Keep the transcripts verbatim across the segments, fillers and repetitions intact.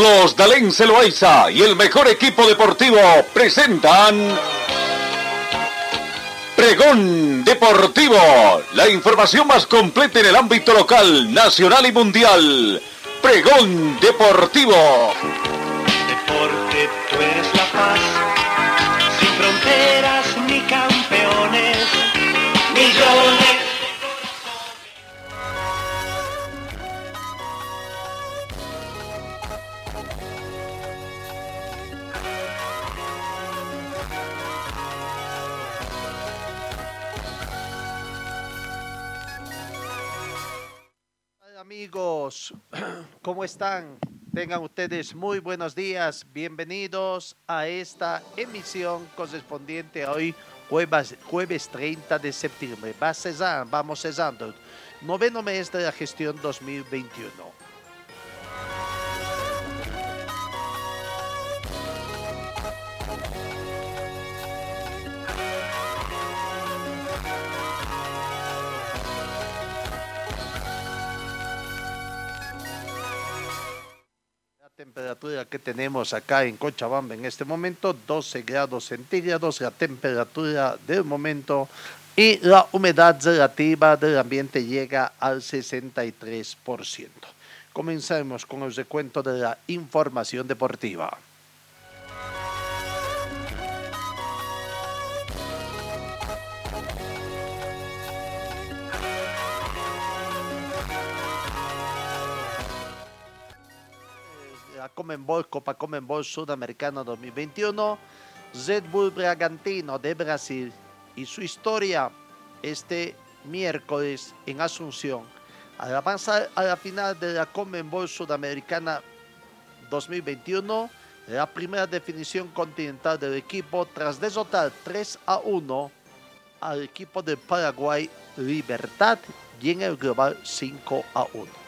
Carlos Dalense Loaiza y el mejor equipo deportivo presentan Pregón Deportivo, la información más completa en el ámbito local, nacional y mundial. Pregón Deportivo. Deporte, tú eres la paz, sin fronteras ni campeones, millones. Amigos, ¿cómo están? Tengan ustedes muy buenos días. Bienvenidos a esta emisión correspondiente a hoy, jueves, jueves treinta de septiembre. Va cesar, vamos cesando. Noveno mes de la gestión dos mil veintiuno. Temperatura que tenemos acá en Cochabamba en este momento, doce grados centígrados, la temperatura del momento, y la humedad relativa del ambiente llega al sesenta y tres por ciento. Comenzamos con el recuento de la información deportiva. La Conmebol, Copa Conmebol Sudamericana dos mil veintiuno, Red Bull Bragantino de Brasil y su historia este miércoles en Asunción. Al avanzar a la final de la Conmebol Sudamericana dos mil veintiuno, la primera definición continental del equipo tras derrotar tres a uno al equipo de Paraguay Libertad y en el global cinco a uno.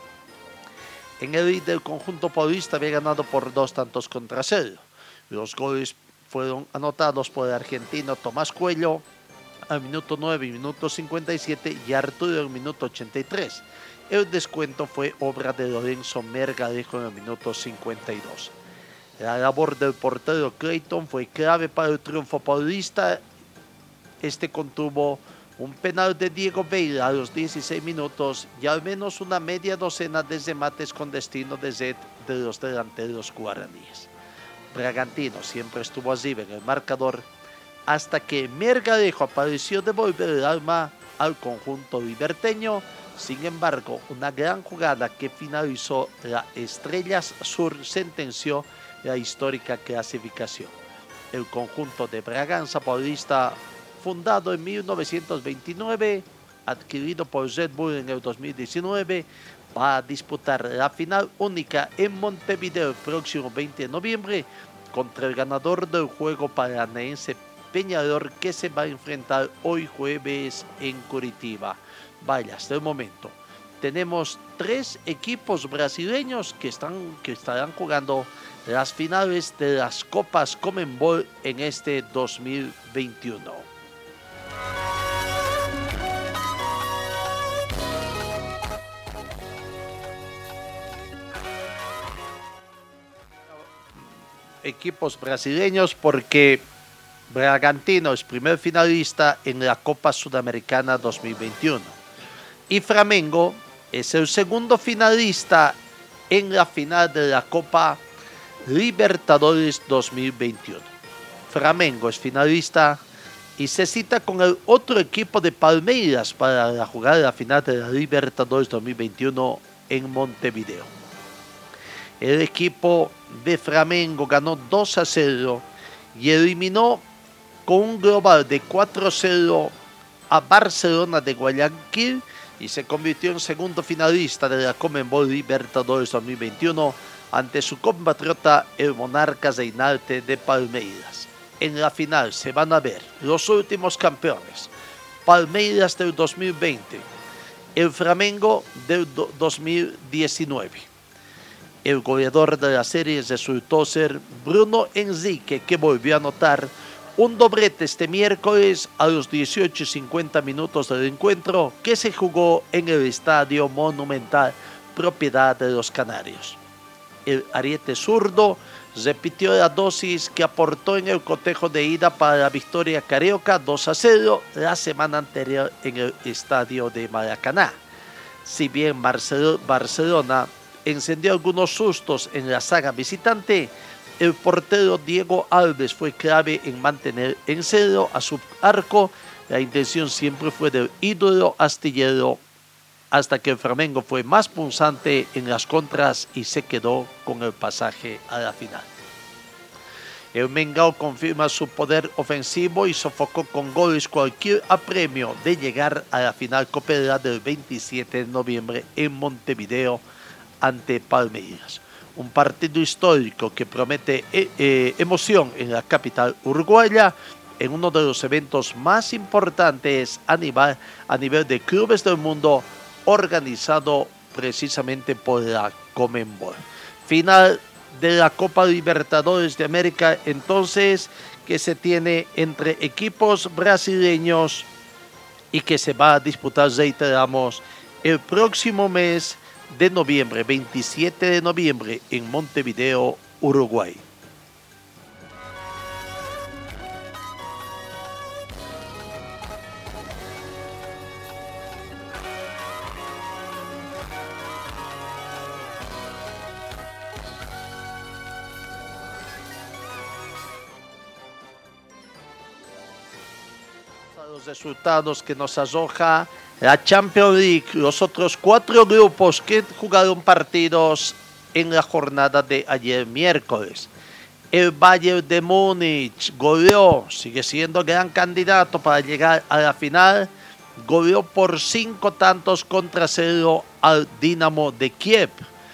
En el lead del conjunto paulista había ganado por dos tantos contra cero. Los goles fueron anotados por el argentino Tomás Cuello al minuto nueve y minuto cincuenta y siete y Arturo al minuto ochenta y tres. El descuento fue obra de Lorenzo Mergarejo en el minuto cincuenta y dos. La labor del portero Clayton fue clave para el triunfo paulista. Este contuvo un penal de Diego Veiga a los dieciséis minutos y al menos una media docena de remates con destino de red de los delanteros guaraníes. Bragantino siempre estuvo arriba en el marcador hasta que Mergarejo apareció devolver el alma al conjunto liberteño. Sin embargo, una gran jugada que finalizó la Estrellas Sur sentenció la histórica clasificación. El conjunto de Braganza Paulista, fundado en mil novecientos veintinueve, adquirido por Red Bull en el dos mil diecinueve, va a disputar la final única en Montevideo el próximo veinte de noviembre contra el ganador del juego paranaense Peñarol, que se va a enfrentar hoy jueves en Curitiba. Vaya, hasta el momento tenemos tres equipos brasileños que, están, que estarán jugando las finales de las Copas Conmebol en este dos mil veintiuno. Equipos brasileños porque Bragantino es primer finalista en la Copa Sudamericana dos mil veintiuno y Flamengo es el segundo finalista en la final de la Copa Libertadores dos mil veintiuno. Flamengo es finalista y se cita con el otro equipo de Palmeiras para jugar la final de la Libertadores dos mil veintiuno en Montevideo. El equipo de Flamengo ganó dos a cero y eliminó con un global de cuatro a cero a Barcelona de Guayaquil y se convirtió en segundo finalista de la Conmebol Libertadores dos mil veintiuno ante su compatriota el Monarcas de Inarte de Palmeiras. En la final se van a ver los últimos campeones, Palmeiras del dos mil veinte, el Flamengo del dos mil diecinueve. El goleador de la serie resultó ser Bruno Henrique, que volvió a anotar un doblete este miércoles a los dieciocho y cincuenta minutos del encuentro que se jugó en el Estadio Monumental, propiedad de los Canarios. El ariete zurdo repitió la dosis que aportó en el cotejo de ida para la victoria carioca dos a cero la semana anterior en el estadio de Maracaná. Si bien Barcelona encendió algunos sustos en la saga visitante, el portero Diego Alves fue clave en mantener en cero a su arco. La intención siempre fue del ídolo astillero, hasta que el Flamengo fue más punzante en las contras y se quedó con el pasaje a la final. El Mengao confirma su poder ofensivo y sofocó con goles cualquier apremio de llegar a la final copera del veintisiete de noviembre en Montevideo ante Palmeiras. Un partido histórico que promete eh, eh, emoción en la capital uruguaya, en uno de los eventos más importantes a nivel, a nivel de clubes del mundo, organizado precisamente por la Conmebol. Final de la Copa Libertadores de América, entonces, que se tiene entre equipos brasileños y que se va a disputar, reiteramos, el próximo mes de noviembre, veintisiete de noviembre, en Montevideo, Uruguay. Los resultados que nos arroja la Champions League, los otros cuatro grupos que jugaron partidos en la jornada de ayer miércoles. El Bayern de Múnich goleó, sigue siendo gran candidato para llegar a la final, goleó por cinco tantos contra cero al Dinamo de Kiev.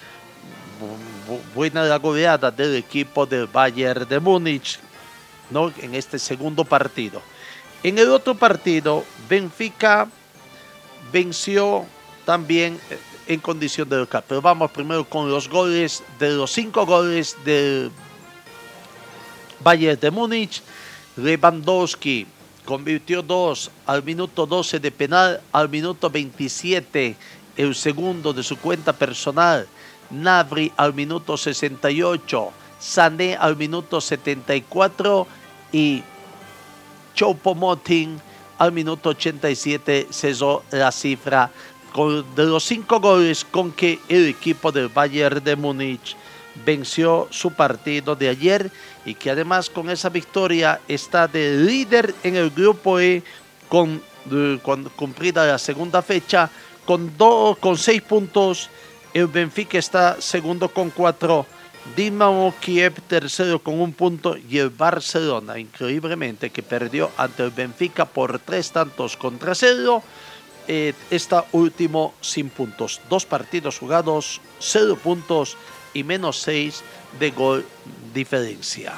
Buena la goleada del equipo del Bayern de Múnich, ¿no?, en este segundo partido. En el otro partido, Benfica venció también en condición de local. Pero vamos primero con los goles, de los cinco goles del Bayern de Múnich. Lewandowski convirtió dos al minuto doce de penal, al minuto veintisiete el segundo de su cuenta personal. Gnabry al minuto sesenta y ocho, Sané al minuto setenta y cuatro y Choupo-Moting al minuto ochenta y siete cesó la cifra de los cinco goles con que el equipo del Bayern de Múnich venció su partido de ayer, y que además con esa victoria está de líder en el grupo E con, con cumplida la segunda fecha con, do, con seis puntos. El Benfica está segundo con cuatro, Dinamo Kiev tercero con un punto, y el Barcelona, increíblemente, que perdió ante el Benfica por tres tantos contra cero, eh, está último sin puntos. Dos partidos jugados, cero puntos y menos seis de gol diferencia.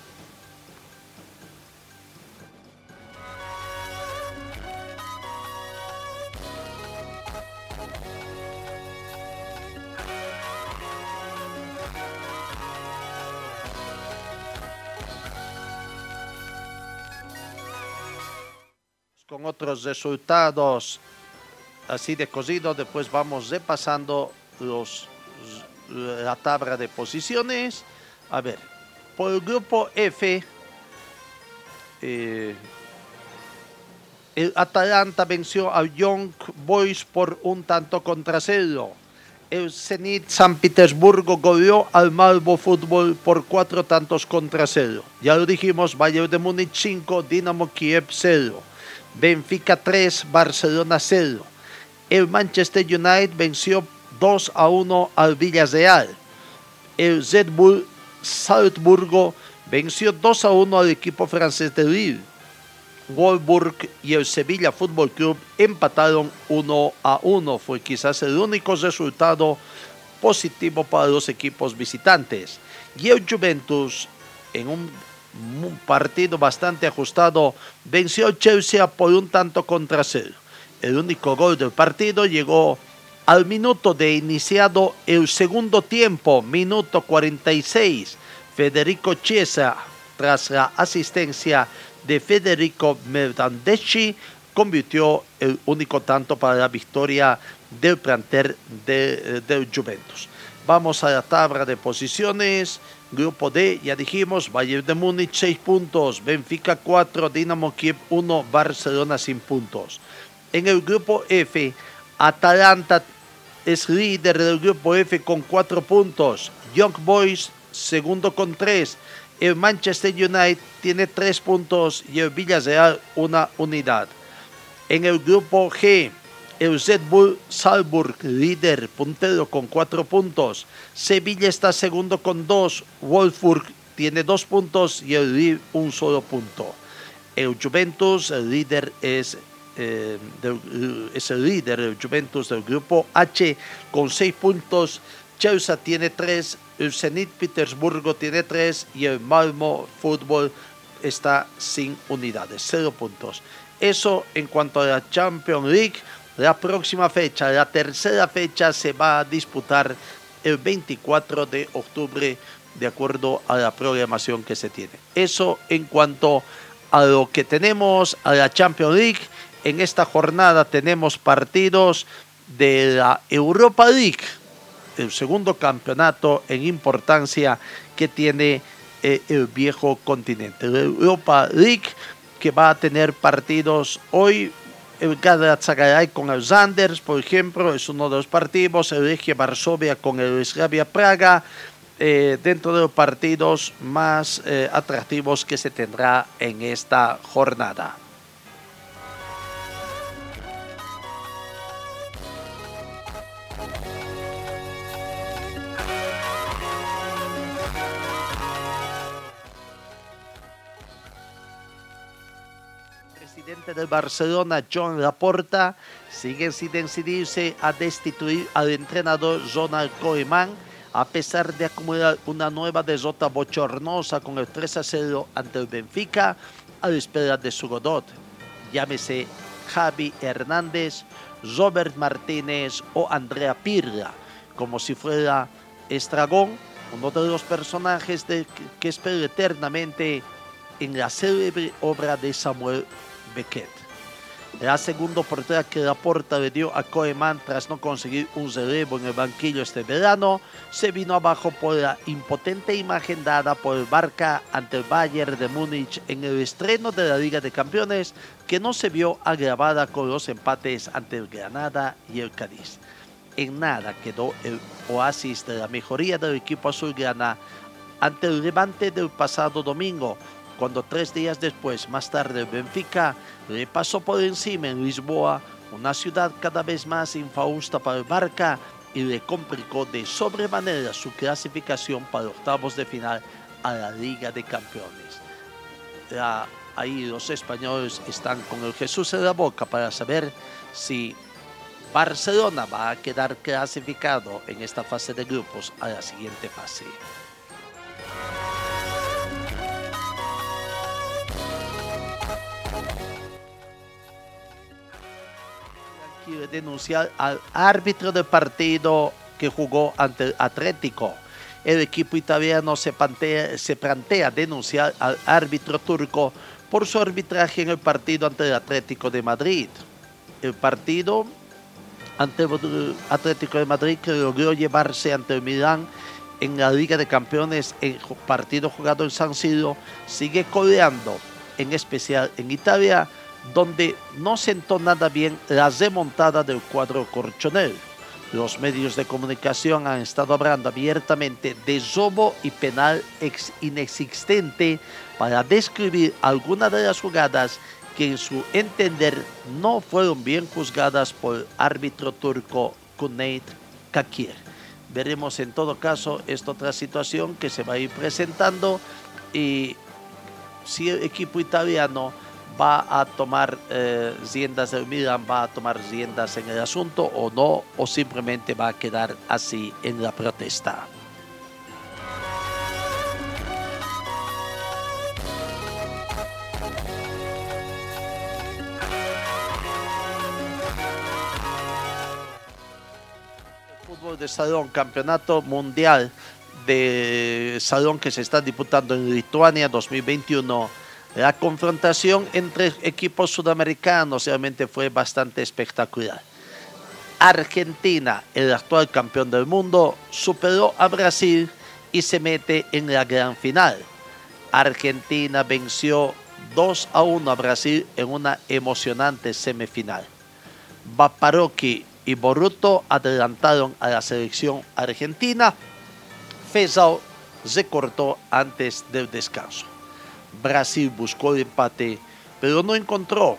Con otros resultados así de cosido, después vamos repasando los, la tabla de posiciones. A ver, por el grupo F, eh, el Atalanta venció a Young Boys por un tanto contra cero. El Zenit San Petersburgo goleó al Malmö Fútbol por cuatro tantos contra cero. Ya lo dijimos, Bayern de Múnich cinco, Dinamo Kiev cero. Benfica tres, Barcelona cero. El Manchester United venció dos a uno al Villarreal. El Red Bull Salzburgo venció dos a uno al equipo francés de Lille. Wolfsburg y el Sevilla Fútbol Club empataron uno a uno. Fue quizás el único resultado positivo para los equipos visitantes. Y el Juventus, en un un partido bastante ajustado, venció a Chelsea por un tanto contra cero. El único gol del partido llegó al minuto de iniciado el segundo tiempo, minuto cuarenta y seis. Federico Chiesa, tras la asistencia de Federico Bernardeschi, convirtió el único tanto para la victoria del plantel de, del Juventus. Vamos a la tabla de posiciones. Grupo D, ya dijimos, Bayern de Múnich seis puntos, Benfica cuatro, Dinamo Kiev uno, Barcelona sin puntos. En el grupo F, Atalanta es líder del grupo F con cuatro puntos, Young Boys segundo con tres, el Manchester United tiene tres puntos y el Villarreal una unidad. En el grupo G, el Red Bull Salzburg, líder, puntero con cuatro puntos. Sevilla está segundo con dos. Wolfsburg tiene dos puntos y el Lille un solo punto. El Juventus, el líder es, eh, del, es el líder, el Juventus del grupo H con seis puntos. Chelsea tiene tres. El Zenit Petersburgo tiene tres y el Malmo Fútbol está sin unidades, cero puntos. Eso en cuanto a la Champions League. La próxima fecha, la tercera fecha, se va a disputar el veinticuatro de octubre, de acuerdo a la programación que se tiene. Eso en cuanto a lo que tenemos a la Champions League. En esta jornada tenemos partidos de la Europa League, el segundo campeonato en importancia que tiene eh, el viejo continente. La Europa League, que va a tener partidos hoy. El Galatasaray con el Zanders, por ejemplo, es uno de los partidos. El Legia Varsovia con el Slavia Praga, eh, dentro de los partidos más eh, atractivos que se tendrá en esta jornada. Presidente del Barcelona, Joan Laporta, sigue sin decidirse a destituir al entrenador Ronald Koeman, a pesar de acumular una nueva derrota bochornosa con el tres a cero ante el Benfica, a la espera de su Godot. Llámese Javi Hernández, Robert Martínez o Andrea Pirlo, como si fuera Estragón, uno de los personajes de, que espera eternamente en la célebre obra de Samuel Beckett. La segunda oportunidad que Laporta le dio a Koeman tras no conseguir un relevo en el banquillo este verano se vino abajo por la impotente imagen dada por el Barça ante el Bayern de Múnich en el estreno de la Liga de Campeones, que no se vio agravada con los empates ante el Granada y el Cádiz. En nada quedó el oasis de la mejoría del equipo azulgrana ante el Levante del pasado domingo, cuando tres días después, más tarde, el Benfica le pasó por encima en Lisboa, una ciudad cada vez más infausta para el Barça, y le complicó de sobremanera su clasificación para octavos de final a la Liga de Campeones. La, ahí los españoles están con el Jesús en la boca para saber si Barcelona va a quedar clasificado en esta fase de grupos a la siguiente fase. Quiere denunciar al árbitro del partido que jugó ante el Atlético. El equipo italiano se plantea, se plantea denunciar al árbitro turco por su arbitraje en el partido ante el Atlético de Madrid. El partido ante el Atlético de Madrid, que logró llevarse ante el Milán en la Liga de Campeones, el partido jugado en San Siro, sigue coleando, en especial en Italia, donde no sentó nada bien la remontada del cuadro colchonero. Los medios de comunicación han estado hablando abiertamente de robo y penal ex inexistente para describir algunas de las jugadas que en su entender no fueron bien juzgadas por el árbitro turco Cüneyt Çakır. Veremos en todo caso esta otra situación que se va a ir presentando y si el equipo italiano va a tomar eh, riendas del Milan, va a tomar riendas en el asunto o no, o simplemente va a quedar así en la protesta. El fútbol de salón, campeonato mundial de salón que se está disputando en Lituania dos mil veintiuno. La confrontación entre equipos sudamericanos realmente fue bastante espectacular. Argentina, el actual campeón del mundo, superó a Brasil y se mete en la gran final. Argentina venció dos a uno a Brasil en una emocionante semifinal. Vaparocchi y Boruto adelantaron a la selección argentina. Fesal se cortó antes del descanso. Brasil buscó el empate, pero no encontró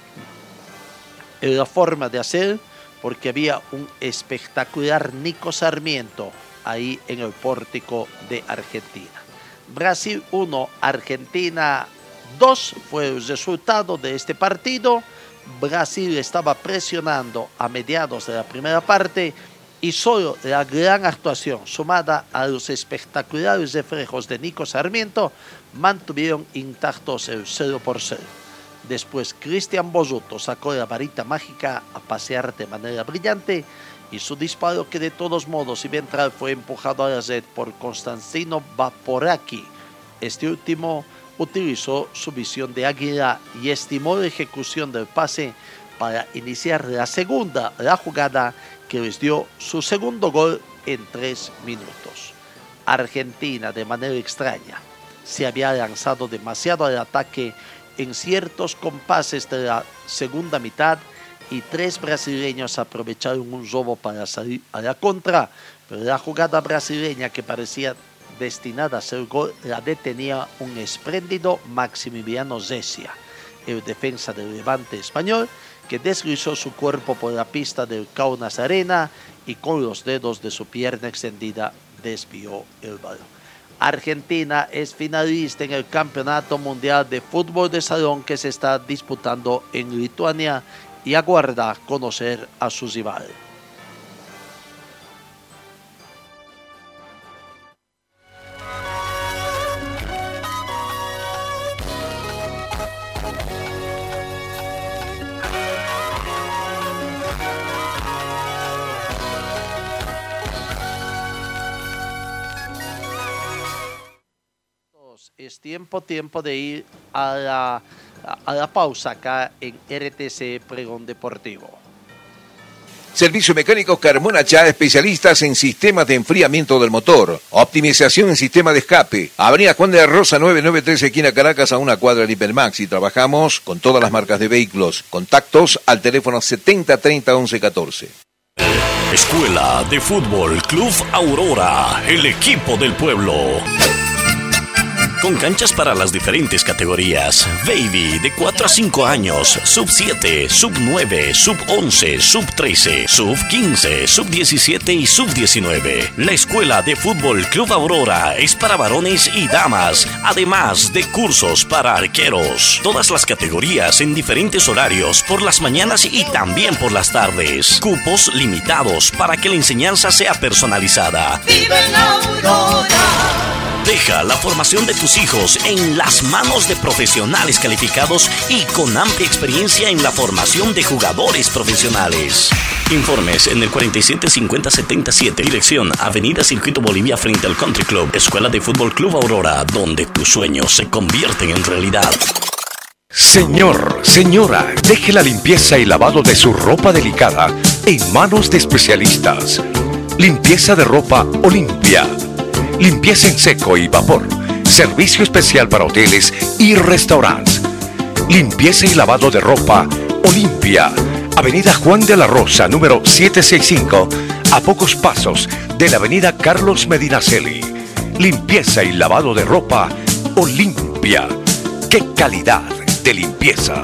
la forma de hacer porque había un espectacular Nico Sarmiento ahí en el pórtico de Argentina. Brasil uno, Argentina dos fue el resultado de este partido. Brasil estaba presionando a mediados de la primera parte y solo la gran actuación sumada a los espectaculares reflejos de Nico Sarmiento mantuvieron intactos el cero por cero. Después Cristian Bosuto sacó la varita mágica a pasear de manera brillante y su disparo, que de todos modos iba a entrar, fue empujado a la red por Constantino Vaporacchi. Este último utilizó su visión de águila y estimó la ejecución del pase para iniciar la segunda, la jugada que les dio su segundo gol en tres minutos. Argentina, de manera extraña, se había lanzado demasiado al ataque en ciertos compases de la segunda mitad y tres brasileños aprovecharon un robo para salir a la contra, pero la jugada brasileña, que parecía destinada a ser gol, la detenía un espléndido Maximiliano Zecchia, el defensa del Levante español, que deslizó su cuerpo por la pista del Kaunas Arena y con los dedos de su pierna extendida desvió el balón. Argentina es finalista en el Campeonato Mundial de Fútbol de Salón que se está disputando en Lituania y aguarda conocer a su rival. Es tiempo, tiempo de ir a la, a la pausa acá en R T C Pregón Deportivo. Servicio Mecánico Carmona Chá, especialistas en sistemas de enfriamiento del motor, optimización en sistema de escape. Avenida Juan de la Rosa nueve noventa y tres, esquina Caracas, a una cuadra de Hipermax, y trabajamos con todas las marcas de vehículos. Contactos al teléfono setenta treinta once catorce. Escuela de Fútbol Club Aurora, el equipo del pueblo. Con canchas para las diferentes categorías. Baby de cuatro a cinco años, sub siete, sub nueve, sub once, sub trece, sub quince, sub diecisiete y sub diecinueve. La Escuela de Fútbol Club Aurora es para varones y damas, además de cursos para arqueros. Todas las categorías en diferentes horarios, por las mañanas y también por las tardes. Cupos limitados para que la enseñanza sea personalizada. ¡Viva la Aurora! Deja la formación de tus hijos en las manos de profesionales calificados y con amplia experiencia en la formación de jugadores profesionales. Informes en el cuarenta y siete cincuenta setenta y siete. Dirección Avenida Circuito Bolivia frente al Country Club. Escuela de Fútbol Club Aurora, donde tus sueños se convierten en realidad. Señor, señora, deje la limpieza y lavado de su ropa delicada en manos de especialistas. Limpieza de ropa Olimpia. Limpieza en seco y vapor. Servicio especial para hoteles y restaurantes. Limpieza y lavado de ropa Olimpia. Avenida Juan de la Rosa, número setecientos sesenta y cinco, a pocos pasos de la avenida Carlos Medinaceli. Limpieza y lavado de ropa Olimpia. ¡Qué calidad de limpieza!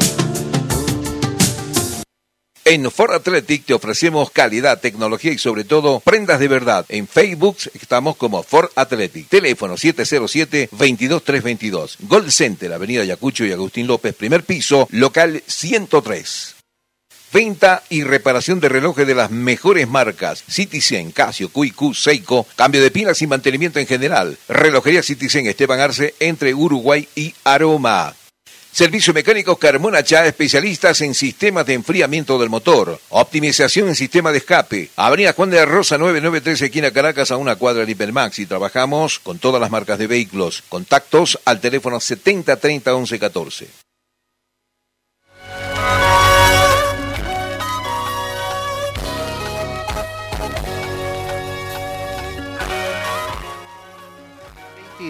En Ford Athletic te ofrecemos calidad, tecnología y sobre todo prendas de verdad. En Facebook estamos como Ford Athletic. Teléfono siete cero siete, veintidós trescientos veintidós. Gold Center, Avenida Ayacucho y Agustín López, primer piso, local ciento tres. Venta y reparación de relojes de las mejores marcas. Citizen, Casio, Q y Q, Seiko. Cambio de pilas y mantenimiento en general. Relojería Citizen, Esteban Arce, entre Uruguay y Aroma. Servicio Mecánico Carmona Chá, especialistas en sistemas de enfriamiento del motor, optimización en sistema de escape. Avenida Juan de la Rosa nueve noventa y tres, esquina Caracas, a una cuadra de Hipermax, y trabajamos con todas las marcas de vehículos. Contactos al teléfono setenta treinta once catorce.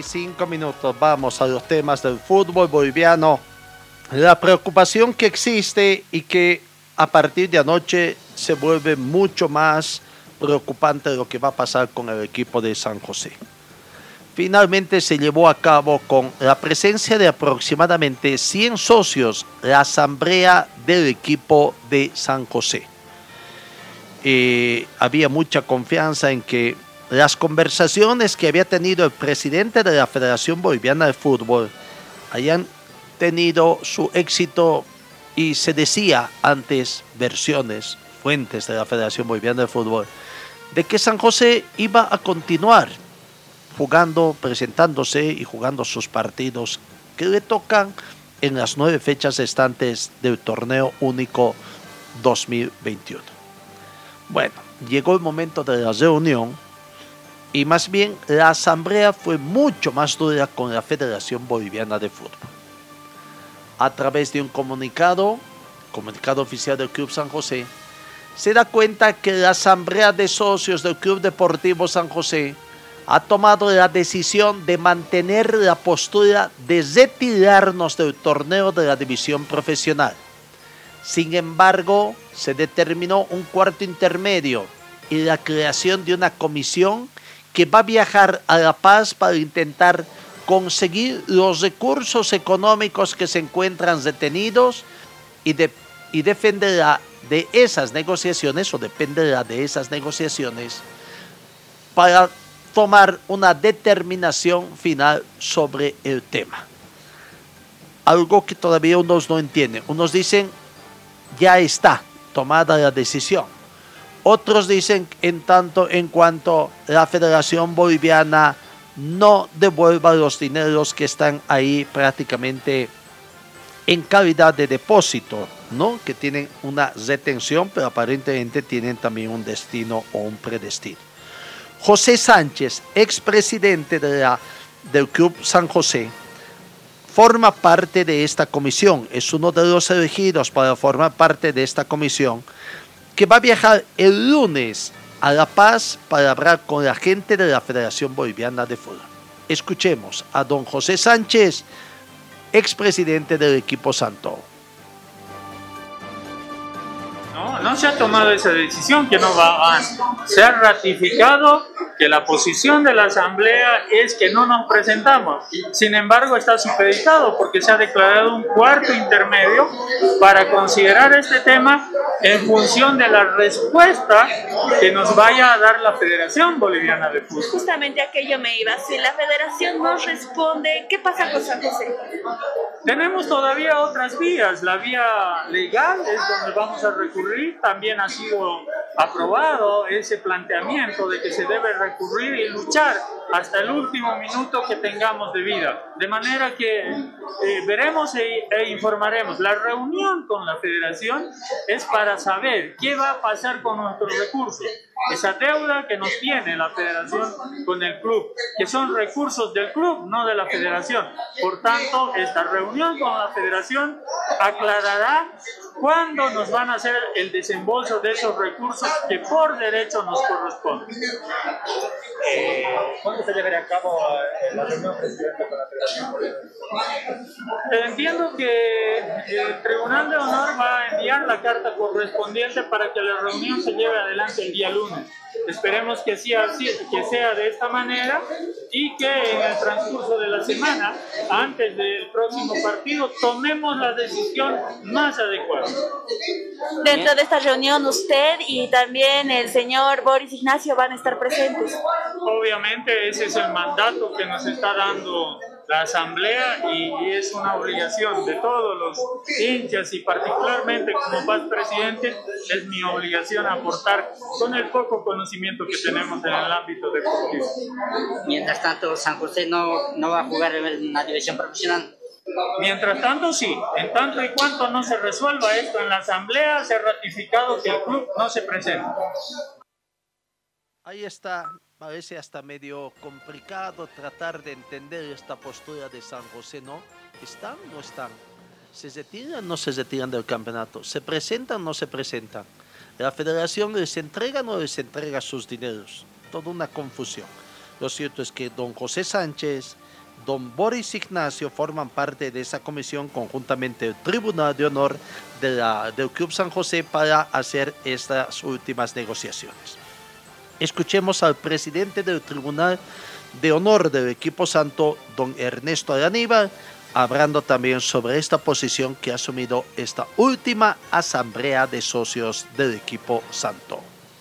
cinco minutos. Vamos a los temas del fútbol boliviano. La preocupación que existe y que a partir de anoche se vuelve mucho más preocupante de lo que va a pasar con el equipo de San José. Finalmente se llevó a cabo con la presencia de aproximadamente cien socios la asamblea del equipo de San José. Eh, había mucha confianza en que las conversaciones que había tenido el presidente de la Federación Boliviana de Fútbol hayan tenido su éxito y se decía antes versiones, fuentes de la Federación Boliviana de Fútbol, de que San José iba a continuar jugando, presentándose y jugando sus partidos que le tocan en las nueve fechas restantes del torneo único dos mil veintiuno. Bueno, llegó el momento de la reunión y más bien la asamblea fue mucho más dura con la Federación Boliviana de Fútbol. A través de un comunicado, comunicado oficial del Club San José, se da cuenta que la asamblea de socios del Club Deportivo San José ha tomado la decisión de mantener la postura de retirarnos del torneo de la división profesional. Sin embargo, se determinó un cuarto intermedio y la creación de una comisión que va a viajar a La Paz para intentar conseguir los recursos económicos que se encuentran retenidos y, de, y defenderá de esas negociaciones o dependerá de esas negociaciones para tomar una determinación final sobre el tema. Algo que todavía unos no entienden. Unos dicen, ya está tomada la decisión. Otros dicen, en tanto en cuanto la Federación Boliviana no devuelva los dineros que están ahí prácticamente en calidad de depósito, ¿no? Que tienen una retención, pero aparentemente tienen también un destino o un predestino. José Sánchez, expresidente de la, del Club San José, forma parte de esta comisión, es uno de los elegidos para formar parte de esta comisión, que va a viajar el lunes a La Paz para hablar con la gente de la Federación Boliviana de Fútbol. Escuchemos a don José Sánchez, expresidente del equipo Santo. No, no se ha tomado esa decisión, que no va a... Se ha ratificado que la posición de la Asamblea es que no nos presentamos. Sin embargo, está supeditado porque se ha declarado un cuarto intermedio para considerar este tema en función de la respuesta que nos vaya a dar la Federación Boliviana de Fútbol. Justamente aquello me iba. Si la Federación no responde, ¿qué pasa con San José? Tenemos todavía otras vías. La vía legal es donde vamos a recurrir. También ha sido aprobado ese planteamiento de que se debe recurrir y luchar hasta el último minuto que tengamos de vida. De manera que eh, veremos e, e informaremos. La reunión con la Federación es para saber qué va a pasar con nuestros recursos. Esa deuda que nos tiene la Federación con el club, que son recursos del club, no de la Federación. Por tanto, esta reunión con la Federación aclarará cuándo nos van a hacer el desembolso de esos recursos que por derecho nos corresponden. Eh, ¿Cuándo se llevará a cabo la reunión presidente con la Federación? Entiendo que el Tribunal de Honor va a enviar la carta correspondiente para que la reunión se lleve adelante el día lunes. Esperemos que sea, que sea de esta manera y que en el transcurso de la semana, antes del próximo partido, tomemos la decisión más adecuada. Dentro de esta reunión, usted y también el señor Boris Ignacio van a estar presentes. Obviamente ese es el mandato que nos está dando la Asamblea y es una obligación de todos los hinchas y particularmente como paz presidente es mi obligación aportar con el poco conocimiento que tenemos en el ámbito deportivo. Mientras tanto, San José no, no va a jugar en la división profesional. Mientras tanto, sí. En tanto y cuanto no se resuelva esto en la Asamblea, se ha ratificado que el club no se presenta. Ahí está, parece hasta medio complicado tratar de entender esta postura de San José, ¿no? ¿Están o no están? ¿Se retiran o no se retiran del campeonato? ¿Se presentan o no se presentan? ¿La federación les entrega o no les entrega sus dineros? Toda una confusión. Lo cierto es que don José Sánchez don Boris Ignacio forman parte de esa comisión conjuntamente el Tribunal de Honor de la, del Club San José para hacer estas últimas negociaciones. Escuchemos al presidente del Tribunal de Honor del equipo santo, don Ernesto Araníbar, hablando también sobre esta posición que ha asumido esta última asamblea de socios del equipo santo.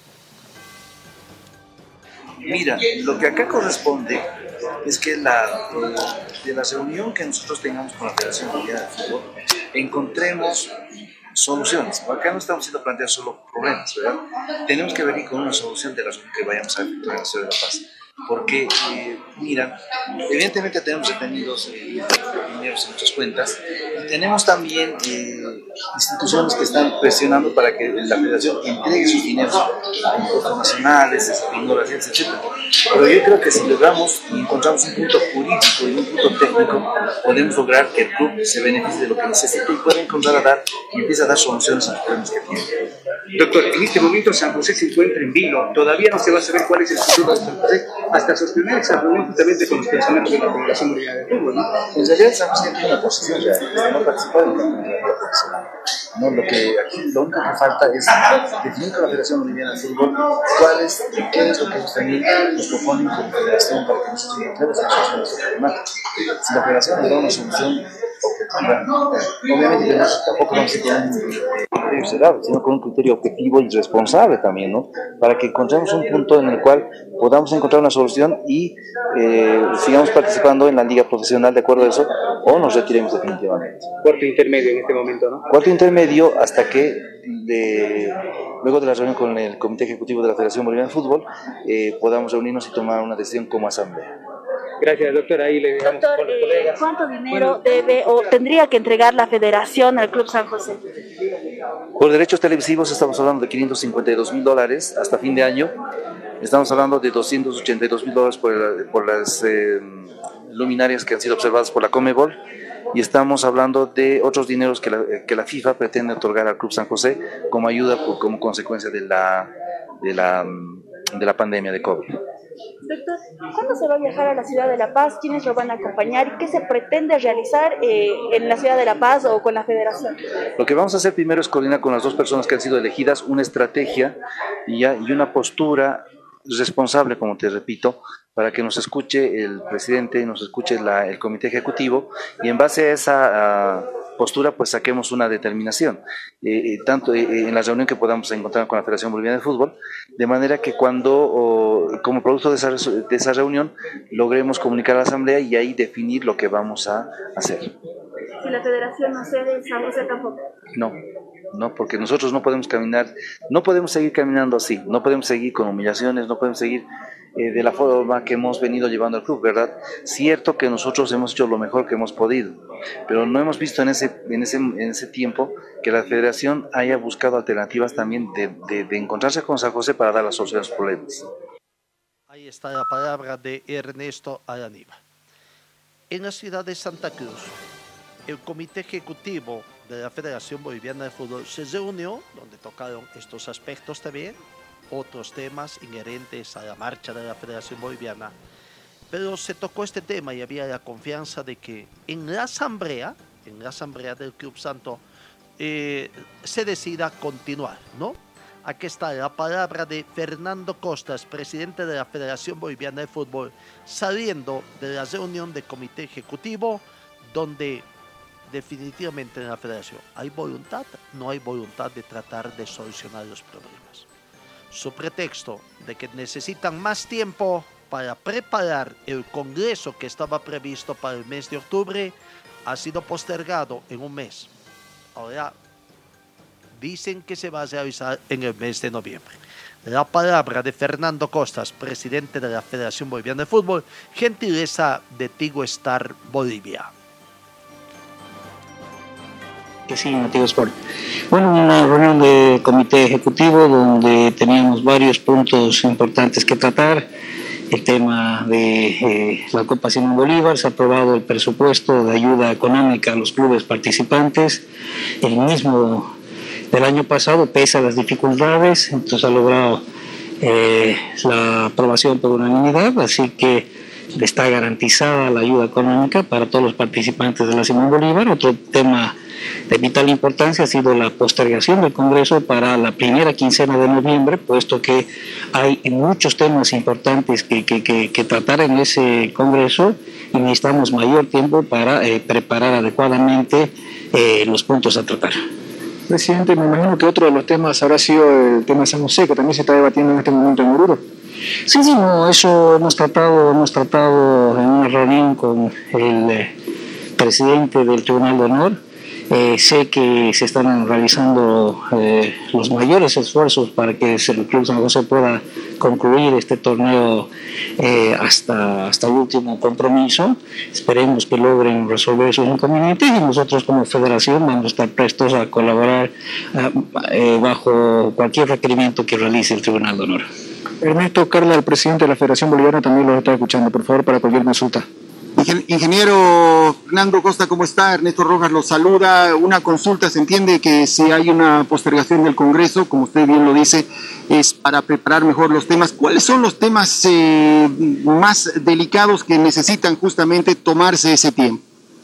Mira, lo que acá corresponde es que la, eh, de la reunión que nosotros tengamos con la Federación Boliviana de Fútbol encontremos soluciones. Acá no estamos haciendo plantear solo problemas, ¿verdad? Tenemos que venir con una solución de la reunión que vayamos a efectuar en la Ciudad de La Paz. Porque, eh, mira, evidentemente tenemos retenidos eh, dineros en nuestras cuentas y tenemos también eh, instituciones que están presionando para que la Federación entregue sus dineros a impuestos nacionales, ignorancias, etcétera. Pero yo creo que si logramos y encontramos un punto jurídico y un punto técnico, podemos lograr que el club se beneficie de lo que necesita y pueda encontrar a dar y empiece a dar soluciones a los problemas que tiene. Doctor, en este momento San José se encuentra en vilo, todavía no se va a saber cuál es el futuro de San José, hasta sostener esa reunión justamente con los personajes de la Federación Boliviana de Fútbol, ¿no? En realidad San José tiene una posición ya, no participar en la campeonato profesional. No, lo que aquí lo único que falta es definir con la Federación Boliviana de Fútbol cuál es, qué es lo que ellos también nos proponen como federación para que nosotros encontremos una solución a nuestra problemática. Si la Federación nos da una solución objetiva, obviamente tampoco vamos a tener un criterio cerrado, sino con un criterio objetivo y responsable también, ¿no? Para que encontremos un punto en el cual podamos encontrar una solución y eh, sigamos participando en la liga profesional de acuerdo a eso, o nos retiremos definitivamente. Cuarto intermedio en este momento, ¿no? Cuarto intermedio hasta que de, luego de la reunión con el Comité Ejecutivo de la Federación Boliviana de Fútbol eh, podamos reunirnos y tomar una decisión como asamblea. Gracias, doctor. Ahí le dejamos Doctor, con los eh, colegas. ¿cuánto dinero debe o tendría que entregar la Federación al Club San José? Por derechos televisivos estamos hablando de quinientos cincuenta y dos mil dólares hasta fin de año. Estamos hablando de doscientos ochenta y dos mil dólares por, el, por las eh, luminarias que han sido observadas por la Conmebol. Y estamos hablando de otros dineros que la, que la FIFA pretende otorgar al Club San José como ayuda por, como consecuencia de la, de, la, de la pandemia de COVID. Doctor, ¿cuándo se va a viajar a la ciudad de La Paz? ¿Quiénes lo van a acompañar? ¿Y qué se pretende realizar eh, en la ciudad de La Paz o con la Federación? Lo que vamos a hacer primero es coordinar con las dos personas que han sido elegidas una estrategia y, ya, y una postura responsable, como te repito, para que nos escuche el presidente, nos escuche la, el comité ejecutivo y en base a esa uh, postura pues saquemos una determinación, eh, tanto eh, en la reunión que podamos encontrar con la Federación Boliviana de Fútbol, de manera que cuando, oh, como producto de esa, de esa reunión, logremos comunicar a la Asamblea y ahí definir lo que vamos a hacer. Si la Federación no cede, San José tampoco. No. No, porque nosotros no podemos caminar, no podemos seguir caminando así, no podemos seguir con humillaciones, no podemos seguir eh, de la forma que hemos venido llevando al club, ¿verdad? Cierto que nosotros hemos hecho lo mejor que hemos podido, pero no hemos visto en ese, en ese, en ese tiempo que la Federación haya buscado alternativas también de, de, de encontrarse con San José para dar la solución a los problemas. Ahí está la palabra de Ernesto Araníbar. En la ciudad de Santa Cruz, el Comité Ejecutivo de la Federación Boliviana de Fútbol se reunió, donde tocaron estos aspectos también, otros temas inherentes a la marcha de la Federación Boliviana, pero se tocó este tema y había la confianza de que en la asamblea, en la asamblea del Club Santo, eh, se decida continuar, ¿no? Aquí está la palabra de Fernando Costas, presidente de la Federación Boliviana de Fútbol, saliendo de la reunión del Comité Ejecutivo, donde definitivamente en la Federación hay voluntad, no hay voluntad de tratar de solucionar los problemas. Su pretexto de que necesitan más tiempo para preparar el congreso que estaba previsto para el mes de octubre ha sido postergado en un mes. Ahora dicen que se va a realizar en el mes de noviembre. La palabra de Fernando Costas, presidente de la Federación Boliviana de Fútbol, gentileza de Tigo Star Bolivia. Que sí, Tigo Sport. Bueno, una reunión de comité ejecutivo donde teníamos varios puntos importantes que tratar. El tema de eh, la Copa Simón Bolívar, se ha aprobado el presupuesto de ayuda económica a los clubes participantes. El mismo del año pasado, pese a las dificultades, entonces ha logrado eh, la aprobación por unanimidad, así que está garantizada la ayuda económica para todos los participantes de la Simón Bolívar. Otro tema de vital importancia ha sido la postergación del Congreso para la primera quincena de noviembre, puesto que hay muchos temas importantes que, que, que, que tratar en ese Congreso y necesitamos mayor tiempo para eh, preparar adecuadamente eh, los puntos a tratar. Presidente, me imagino que otro de los temas habrá sido el tema de San José, que también se está debatiendo en este momento en Oruro. Sí, sí, no, eso hemos tratado, hemos tratado en una reunión con el eh, presidente del Tribunal de Honor. Eh, sé que se están realizando eh, los mayores esfuerzos para que el Club San José pueda concluir este torneo eh, hasta, hasta el último compromiso. Esperemos que logren resolver esos inconvenientes y nosotros como federación vamos a estar prestos a colaborar eh, bajo cualquier requerimiento que realice el Tribunal de Honor. Ernesto Carla, el presidente de la Federación Boliviana, también lo está escuchando, por favor, para cualquier consulta. Ingeniero Fernando Costa, ¿cómo está? Ernesto Rojas lo saluda. Una consulta, se entiende que si hay una postergación del Congreso, como usted bien lo dice, es para preparar mejor los temas. ¿Cuáles son los temas eh, más delicados que necesitan justamente tomarse ese tiempo?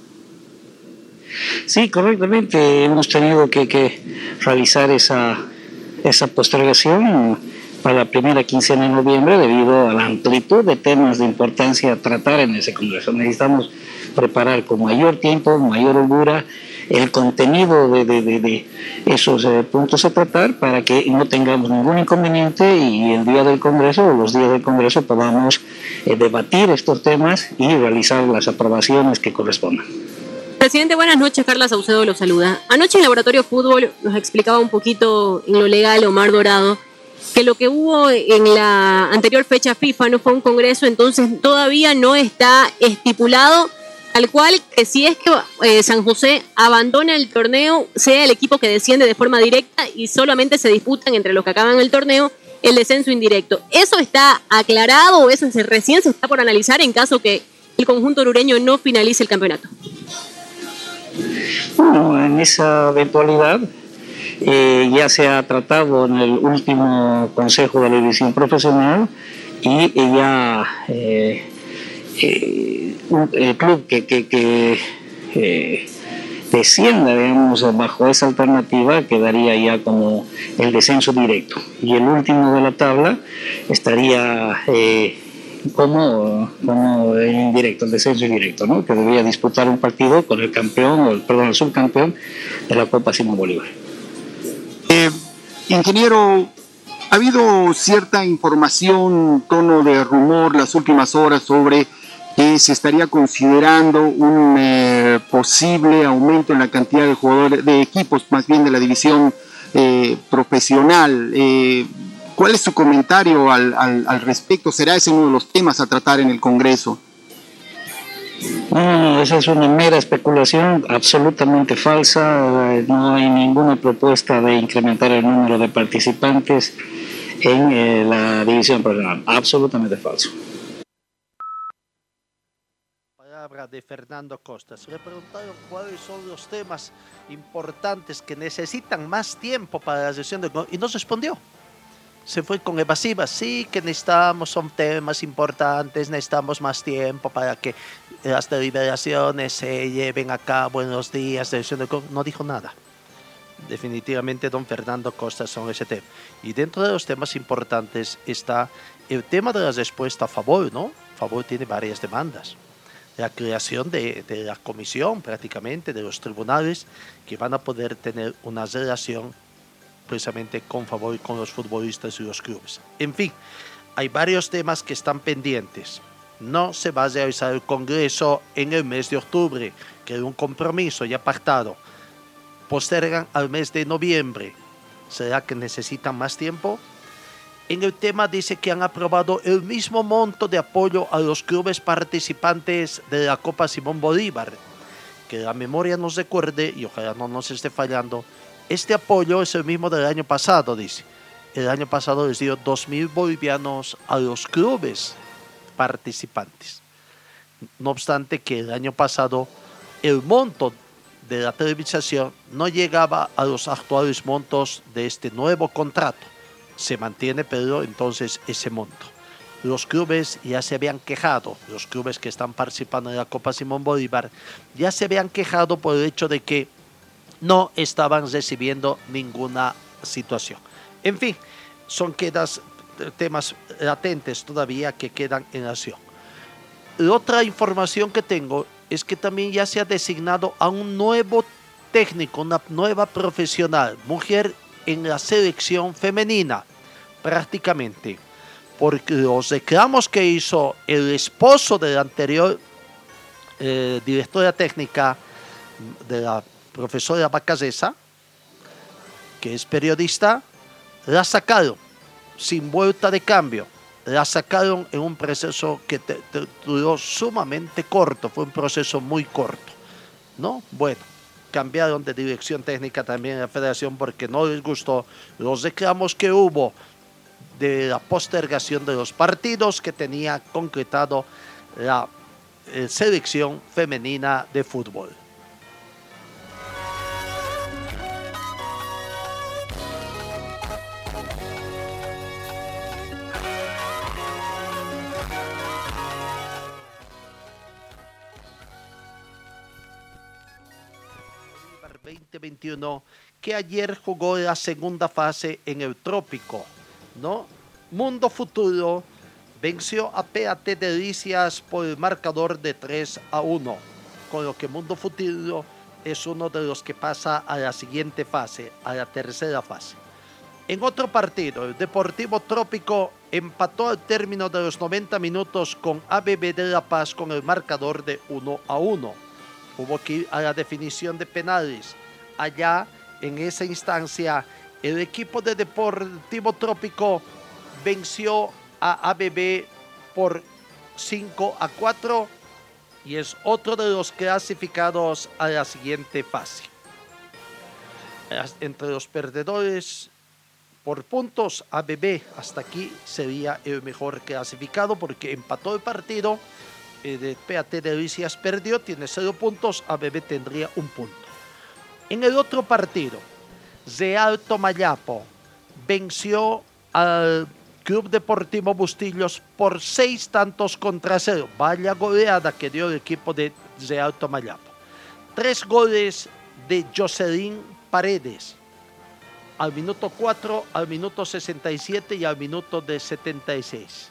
Sí, correctamente. Hemos tenido que, que realizar esa, esa postergación para la primera quincena de noviembre debido a la amplitud de temas de importancia a tratar en ese Congreso. Necesitamos preparar con mayor tiempo, mayor holgura, el contenido de, de, de, de esos eh, puntos a tratar para que no tengamos ningún inconveniente y el día del Congreso o los días del Congreso podamos eh, debatir estos temas y realizar las aprobaciones que correspondan. Presidente, buenas noches. Carla Saucedo lo saluda. Anoche en Laboratorio Fútbol nos explicaba un poquito en lo legal Omar Dorado que lo que hubo en la anterior fecha FIFA no fue un congreso, entonces todavía no está estipulado tal cual que si es que eh, San José abandona el torneo, sea el equipo que desciende de forma directa y solamente se disputan entre los que acaban el torneo el descenso indirecto. ¿Eso está aclarado o eso se, recién se está por analizar en caso que el conjunto orureño no finalice el campeonato? Bueno, en esa eventualidad Eh, ya se ha tratado en el último Consejo de la División Profesional y eh, ya eh, eh, un, el club que, que, que eh, descienda, digamos, bajo esa alternativa quedaría ya como el descenso directo y el último de la tabla estaría eh, como, como el indirecto, el descenso indirecto, ¿no? Que debería disputar un partido con el campeón, o el, perdón, el subcampeón de la Copa Simón Bolívar. Eh, ingeniero, ha habido cierta información, tono de rumor las últimas horas sobre que se estaría considerando un eh, posible aumento en la cantidad de jugadores, de equipos más bien de la división eh, profesional. Eh, ¿Cuál es su comentario al, al, al respecto? ¿Será ese uno de los temas a tratar en el Congreso? No, esa es una mera especulación absolutamente falsa. No hay ninguna propuesta de incrementar el número de participantes en eh, la división profesional. Absolutamente falso. Palabra de Fernando Costa. Se le preguntaron cuáles son los temas importantes que necesitan más tiempo para la sesión de... y no respondió. Se fue con evasivas, sí que necesitamos, son temas importantes, necesitamos más tiempo para que las deliberaciones se lleven a cabo en los días de sesión de... No dijo nada. Definitivamente don Fernando Costa son ese tema. Y dentro de los temas importantes está el tema de la respuesta a favor, ¿no? Favor tiene varias demandas. La creación de, de la comisión prácticamente, de los tribunales que van a poder tener una relación precisamente con favor con los futbolistas y los clubes. En fin, hay varios temas que están pendientes. No se va a realizar el Congreso en el mes de octubre, que es un compromiso ya pactado. Postergan al mes de noviembre. ¿Será que necesitan más tiempo? En el tema dice que han aprobado el mismo monto de apoyo a los clubes participantes de la Copa Simón Bolívar. Que la memoria nos recuerde, y ojalá no nos esté fallando, este apoyo es el mismo del año pasado, dice. El año pasado les dio dos mil bolivianos a los clubes participantes. No obstante que el año pasado el monto de la televisación no llegaba a los actuales montos de este nuevo contrato. Se mantiene, pero entonces ese monto. los clubes ya se habían quejado, los clubes que están participando en la Copa Simón Bolívar, ya se habían quejado por el hecho de que no estaban recibiendo ninguna situación. En fin, son quedas, temas latentes todavía que quedan en acción. La otra información que tengo es que también ya se ha designado a un nuevo técnico, una nueva profesional, mujer en la selección femenina, prácticamente, porque los reclamos que hizo el esposo de la anterior eh, directora técnica, de la profesora Bacasesa, que es periodista, la sacaron sin vuelta de cambio. La sacaron en un proceso que te, te, duró sumamente corto, fue un proceso muy corto, ¿no? Bueno, cambiaron de dirección técnica también en la federación porque no les gustó los reclamos que hubo de la postergación de los partidos que tenía concretado la eh, selección femenina de fútbol. veinte veintiuno, que ayer jugó la segunda fase en el Trópico, ¿no? Mundo Futuro venció a P A T Delicias por el marcador de tres a uno, con lo que Mundo Futuro es uno de los que pasa a la siguiente fase, a la tercera fase. En otro partido, el Deportivo Trópico empató al término de los noventa minutos con A B B de La Paz con el marcador de uno a uno. Hubo que ir a la definición de penales. Allá, en esa instancia, el equipo de Deportivo Trópico venció a A B B por cinco a cuatro y es otro de los clasificados a la siguiente fase. Entre los perdedores por puntos, A B B hasta aquí sería el mejor clasificado porque empató el partido. Eh, de P A T Delicias perdió, tiene cero puntos, A B B tendría un punto. En el otro partido, Real Tomayapo venció al Club Deportivo Bustillos por seis tantos contra cero. Vaya goleada que dio el equipo de Real Tomayapo. Tres goles de Jocelyn Paredes al minuto cuatro, al minuto sesenta y siete y al minuto de setenta y seis.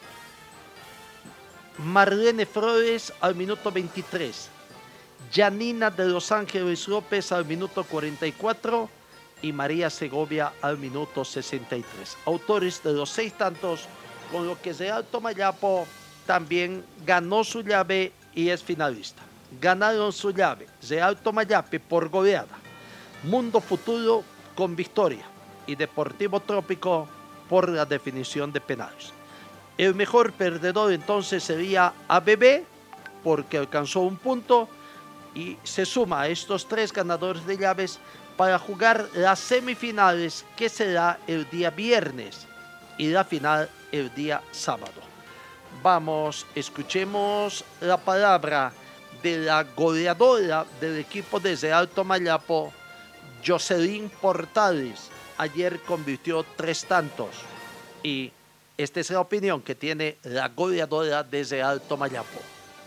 Marlene Flores al minuto veintitrés, Janina de Los Ángeles López al minuto cuarenta y cuatro y María Segovia al minuto sesenta y tres. Autores de los seis tantos, con lo que Real Tomayapo también ganó su llave y es finalista. Ganaron su llave Real Tomayapo por goleada, Mundo Futuro con victoria y Deportivo Trópico por la definición de penales. El mejor perdedor entonces sería A B B porque alcanzó un punto y se suma a estos tres ganadores de llaves para jugar las semifinales que será el día viernes y la final el día sábado. Vamos, escuchemos la palabra de la goleadora del equipo de Real Tomayapo, Jocelyn Portales. Ayer convirtió tres tantos y esta es la opinión que tiene la goleadora de Real Tomayapo.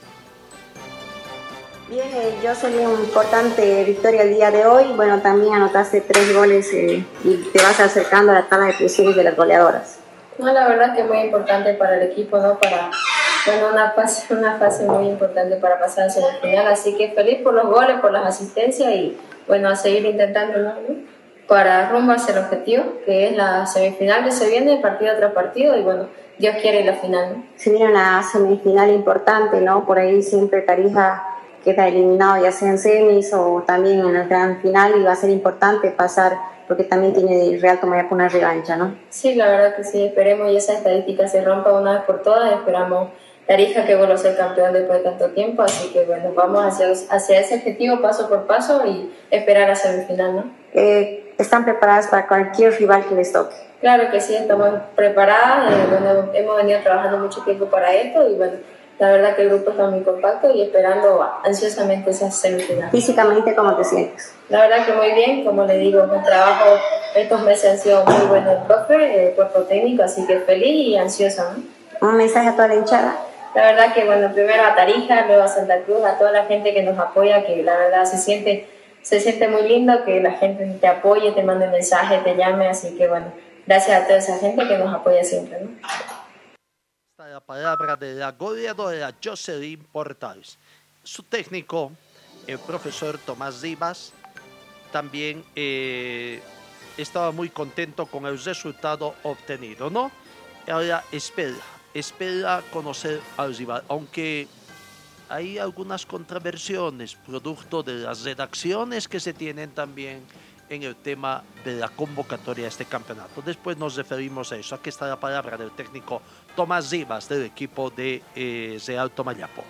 Bien, eh, Jocelyn, una importante victoria el día de hoy. Bueno, también anotaste tres goles eh, y te vas acercando a la tabla de posiciones de las goleadoras. No, la verdad que es muy importante para el equipo, ¿no? Para, bueno, una fase, una fase muy importante para pasar a semifinal. Así que feliz por los goles, por las asistencias y, bueno, a seguir intentando, ¿no? Para rumbo hacia el objetivo, que es la semifinal que se viene partido tras partido y, bueno, Dios quiere la final, ¿no? Se viene una semifinal importante, ¿no? Por ahí siempre Tarija queda eliminado ya sea en semis o también en el gran final y va a ser importante pasar porque también tiene el Real Tomayapo una revancha, ¿no? Sí, la verdad que sí, esperemos y esa estadística se rompa una vez por todas, esperamos Tarija que vuelva a ser campeón después de tanto tiempo, así que bueno, vamos hacia, hacia ese objetivo paso por paso y esperar a semifinal, ¿no? Eh, ¿Están preparadas para cualquier rival que les toque? Claro que sí, estamos preparadas, eh, bueno, hemos venido trabajando mucho tiempo para esto y bueno, la verdad que el grupo está muy compacto y esperando ansiosamente esa semifinal. Físicamente, ¿cómo te sientes? La verdad que muy bien, como le digo, mi trabajo estos meses han sido muy bueno el profe, el cuerpo técnico, así que feliz y ansiosa, ¿no? Un mensaje a toda la hinchada. La verdad que, bueno, primero a Tarija, luego a Santa Cruz, a toda la gente que nos apoya, que la verdad se siente, se siente muy lindo que la gente te apoye, te mande mensajes, te llame, así que, bueno, gracias a toda esa gente que nos apoya siempre, ¿no? Esta es la palabra de la goleadora Jocelyn Portales. Su técnico, el profesor Tomás Rivas, también eh, estaba muy contento con el resultado obtenido, ¿no? Ahora espera, espera conocer al rival, aunque hay algunas contraversiones producto de las redacciones que se tienen también en el tema de la convocatoria de este campeonato. Después nos referimos a eso. Aquí está la palabra del técnico Tomás Rivas del equipo de eh, Real Tomayapo.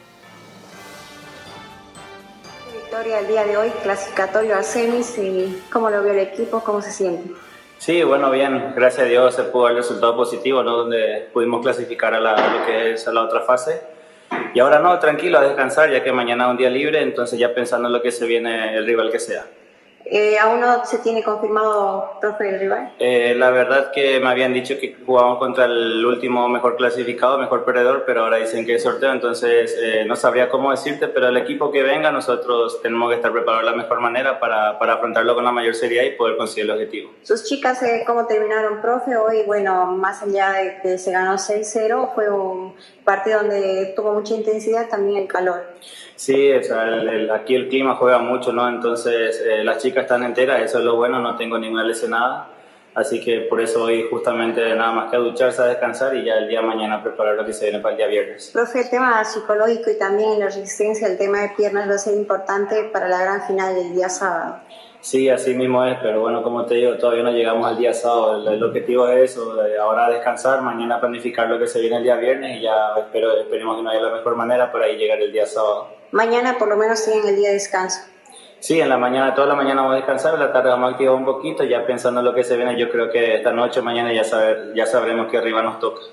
Victoria el día de hoy, clasificatorio a semis, y ¿cómo lo vio el equipo? ¿Cómo se siente? Sí, bueno, bien, gracias a Dios se pudo dar el resultado positivo, ¿no? Donde pudimos clasificar a, la, a lo que es a la otra fase. Y ahora no, tranquilo, a descansar, ya que mañana es un día libre, entonces ya pensando en lo que se viene, el rival que sea. Eh, ¿Aún no se tiene confirmado, profe, el rival? Eh, la verdad que me habían dicho que jugábamos contra el último mejor clasificado, mejor perdedor, pero ahora dicen que es sorteo, entonces eh, no sabría cómo decirte, pero el equipo que venga nosotros tenemos que estar preparados de la mejor manera para, para afrontarlo con la mayor seriedad y poder conseguir el objetivo. ¿Sus chicas eh, cómo terminaron, profe? Hoy, bueno, más allá de que se ganó seis cero, fue un partido donde tuvo mucha intensidad, también el calor. Sí, o sea, el, el, aquí el clima juega mucho, ¿no? Entonces eh, las chicas están enteras, eso es lo bueno, no tengo ninguna lesionada, así que por eso hoy justamente nada más que a ducharse, a descansar y ya el día de mañana preparar lo que se viene para el día viernes. Profe, el tema psicológico y también la resistencia, el tema de piernas va a ser importante para la gran final del día sábado. Sí, así mismo es, pero bueno, como te digo, todavía no llegamos al día sábado, el, el objetivo es eso, de ahora descansar, mañana planificar lo que se viene el día viernes y ya espero, esperemos que nos vaya de la mejor manera para ahí llegar el día sábado. Mañana por lo menos tienen el día de descanso. Sí, en la mañana, toda la mañana vamos a descansar, en la tarde vamos a activar un poquito, ya pensando en lo que se viene, yo creo que esta noche, mañana ya, saber, ya sabremos qué arriba nos toca.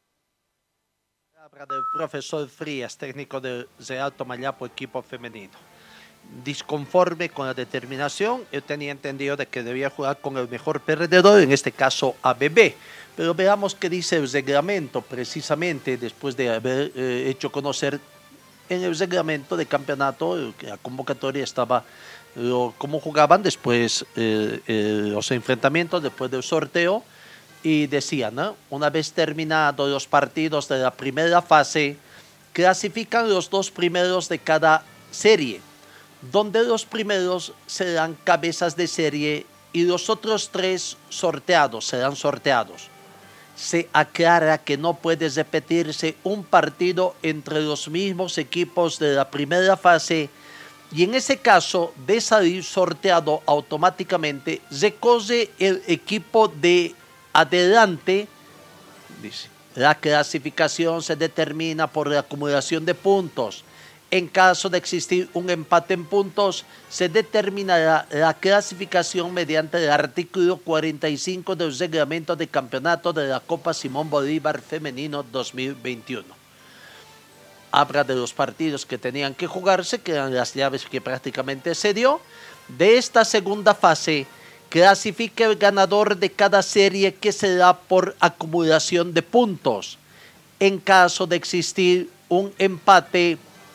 Palabra del profesor Frías, técnico del Real Tomayapo, equipo femenino. Disconforme con la determinación, yo tenía entendido de que debía jugar con el mejor perdedor, en este caso A B B. Pero veamos qué dice el reglamento, precisamente después de haber eh, hecho conocer en el reglamento de campeonato, la convocatoria estaba lo, cómo jugaban después eh, eh, los enfrentamientos, después del sorteo, y decían, ¿no? Una vez terminados los partidos de la primera fase, clasifican los dos primeros de cada serie, donde los primeros serán cabezas de serie y los otros tres sorteados, serán sorteados. Se aclara que no puede repetirse un partido entre los mismos equipos de la primera fase y en ese caso de salir sorteado automáticamente recorre el equipo de adelante. Dice, la clasificación se determina por la acumulación de puntos. En caso de existir un empate en puntos, se determinará la clasificación mediante el artículo cuarenta y cinco del reglamento de campeonato de la Copa Simón Bolívar Femenino dos mil veintiuno. Habla de los partidos que tenían que jugarse, que eran las llaves que prácticamente se dio. De esta segunda fase, clasifica el ganador de cada serie que se da por acumulación de puntos. En caso de existir un empate,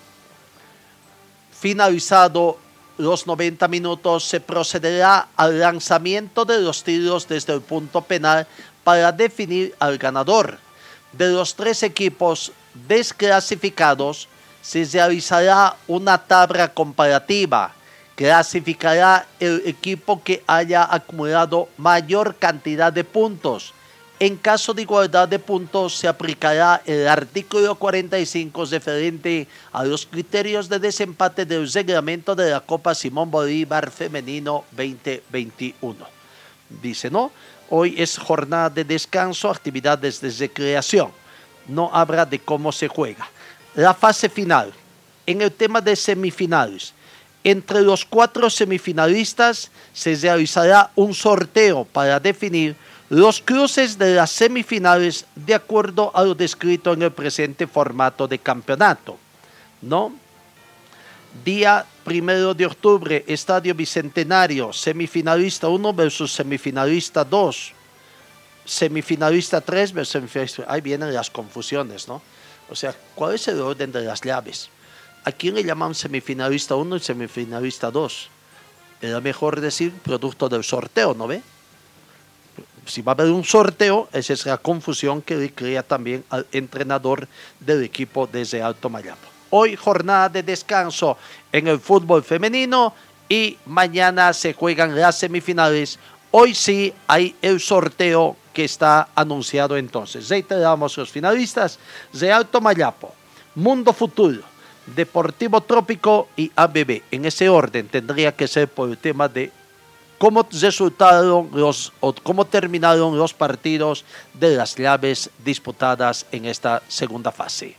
finalizado los noventa minutos, se procederá al lanzamiento de los tiros desde el punto penal para definir al ganador. De los tres equipos desclasificados, se realizará una tabla comparativa. Clasificará el equipo que haya acumulado mayor cantidad de puntos. En caso de igualdad de puntos, se aplicará el artículo cuarenta y cinco referente a los criterios de desempate del reglamento de la Copa Simón Bolívar Femenino veinte veintiuno. Dice, ¿no? Hoy es jornada de descanso, actividades de recreación. No habla de cómo se juega. La fase final. En el tema de semifinales, entre los cuatro semifinalistas se realizará un sorteo para definir los cruces de las semifinales de acuerdo a lo descrito en el presente formato de campeonato, ¿no? Día primero de octubre, Estadio Bicentenario, semifinalista uno versus semifinalista dos. semifinalista tres, semifinalista, ahí vienen las confusiones, ¿no? O sea, ¿cuál es el orden de las llaves? ¿A quién le llaman semifinalista uno y semifinalista dos? Era mejor decir producto del sorteo, ¿no ve? Si va a haber un sorteo, esa es la confusión que le crea también al entrenador del equipo desde Alto Mayapo. Hoy jornada de descanso en el fútbol femenino y mañana se juegan las semifinales. Hoy sí hay el sorteo que está anunciado entonces. Reiteramos los finalistas de Alto Mayapo, Mundo Futuro, Deportivo Trópico y A B B. En ese orden tendría que ser por el tema de cómo resultaron los o cómo terminaron los partidos de las llaves disputadas en esta segunda fase.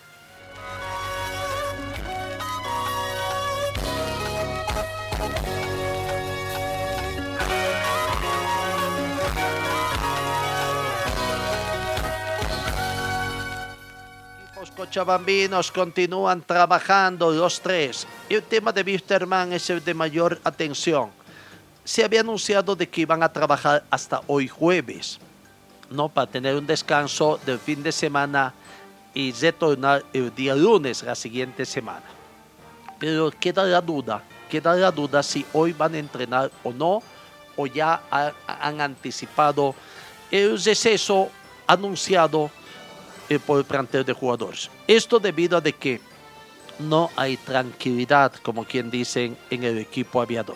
Los cochabambinos continúan trabajando los tres. El tema de Wisterman es el de mayor atención. Se había anunciado de que iban a trabajar hasta hoy jueves, ¿no? Para tener un descanso del fin de semana y retornar el día lunes, la siguiente semana. Pero queda la duda, queda la duda si hoy van a entrenar o no, o ya ha, han anticipado el receso anunciado eh, por el plantel de jugadores. Esto debido a de que no hay tranquilidad, como quien dicen, en el equipo aviador.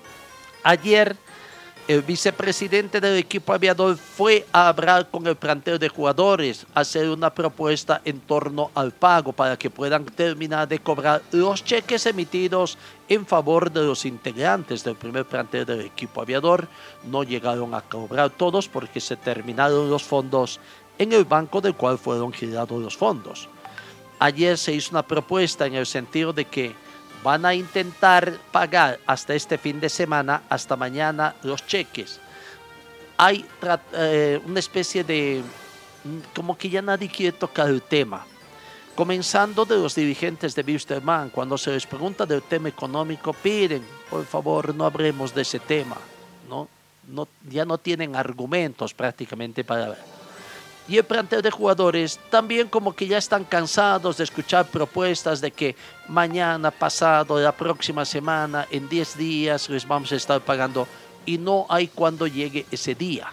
Ayer, el vicepresidente del equipo aviador fue a hablar con el plantel de jugadores, a hacer una propuesta en torno al pago para que puedan terminar de cobrar los cheques emitidos en favor de los integrantes del primer plantel del equipo aviador. No llegaron a cobrar todos porque se terminaron los fondos en el banco del cual fueron girados los fondos. Ayer se hizo una propuesta en el sentido de que van a intentar pagar hasta este fin de semana, hasta mañana, los cheques. Hay eh, una especie de, como que ya nadie quiere tocar el tema. Comenzando de los dirigentes de Wisterman, cuando se les pregunta del tema económico, piden, por favor, no hablemos de ese tema, ¿no? No, ya no tienen argumentos prácticamente para ver. Y el plantel de jugadores también como que ya están cansados de escuchar propuestas de que mañana, pasado, la próxima semana, en diez días les vamos a estar pagando y no hay cuando llegue ese día.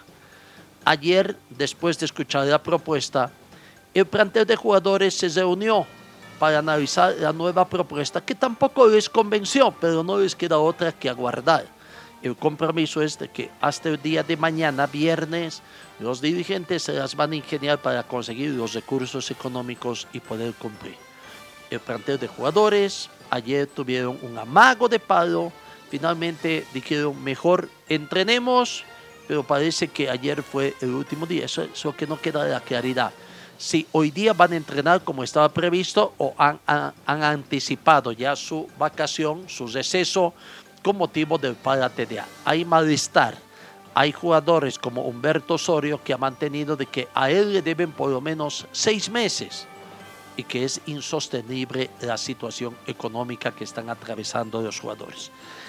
Ayer, después de escuchar la propuesta, el plantel de jugadores se reunió para analizar la nueva propuesta que tampoco les convenció, pero no les queda otra que aguardar. El compromiso es de que hasta el día de mañana, viernes, los dirigentes se las van a ingeniar para conseguir los recursos económicos y poder cumplir. El plantel de jugadores ayer tuvieron un amago de palo, finalmente dijeron mejor entrenemos, pero parece que ayer fue el último día, eso es lo que no queda de la claridad. Si hoy día van a entrenar como estaba previsto o han, han, han anticipado ya su vacación, su receso, con motivo del parate de A. Hay malestar. Hay jugadores como Humberto Osorio que ha mantenido de que a él le deben por lo menos seis meses y que es insostenible la situación económica que están atravesando los jugadores.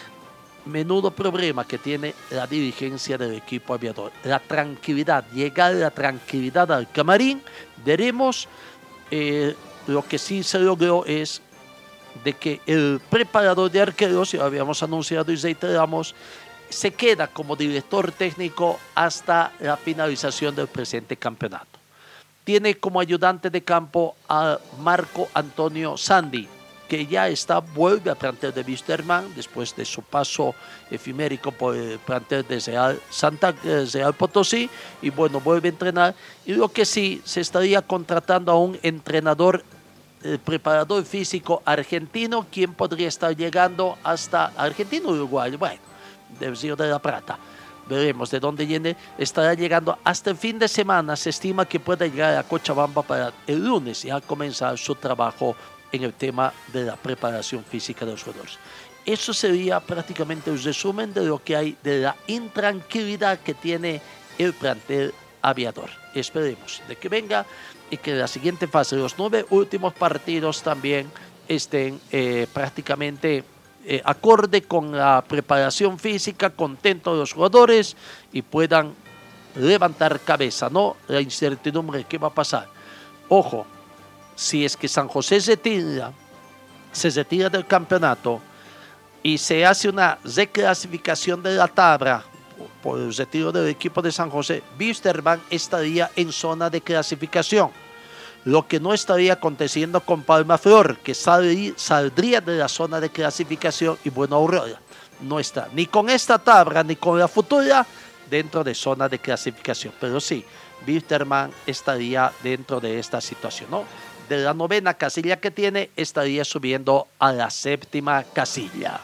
Menudo problema que tiene la dirigencia del equipo aviador. La tranquilidad, llegar la tranquilidad al camarín, veremos. Eh, lo que sí se logró es de que el preparador de arqueros, ya lo habíamos anunciado y reiteramos, se queda como director técnico hasta la finalización del presente campeonato. Tiene como ayudante de campo a Marco Antonio Sandi, que ya está, vuelve a plantel de Wisterman después de su paso efimérico por el plantel de Real, Santa, Real Potosí, y bueno, vuelve a entrenar. Y lo que sí, se estaría contratando a un entrenador, el preparador físico argentino, quien podría estar llegando hasta argentino uruguayo, bueno, del Río de la Plata. Veremos de dónde viene. Estará llegando hasta el fin de semana. Se estima que pueda llegar a Cochabamba para el lunes y a comenzar su trabajo en el tema de la preparación física de los jugadores. Eso sería prácticamente el resumen de lo que hay de la intranquilidad que tiene el plantel aviador. Esperemos de que venga y que la siguiente fase, los nueve últimos partidos también estén eh, prácticamente eh, acorde con la preparación física, contentos los jugadores y puedan levantar cabeza, ¿no? La incertidumbre, ¿qué va a pasar? Ojo, si es que San José se tira, se retira del campeonato y se hace una reclasificación de la tabla por el retiro del equipo de San José, Wilstermann estaría en zona de clasificación, lo que no estaría aconteciendo con Palma Flor, que sal, saldría de la zona de clasificación, y bueno, Aurora no está ni con esta tabla ni con la futura dentro de zona de clasificación, pero sí, Wilstermann estaría dentro de esta situación, ¿no? De la novena casilla que tiene, estaría subiendo a la séptima casilla.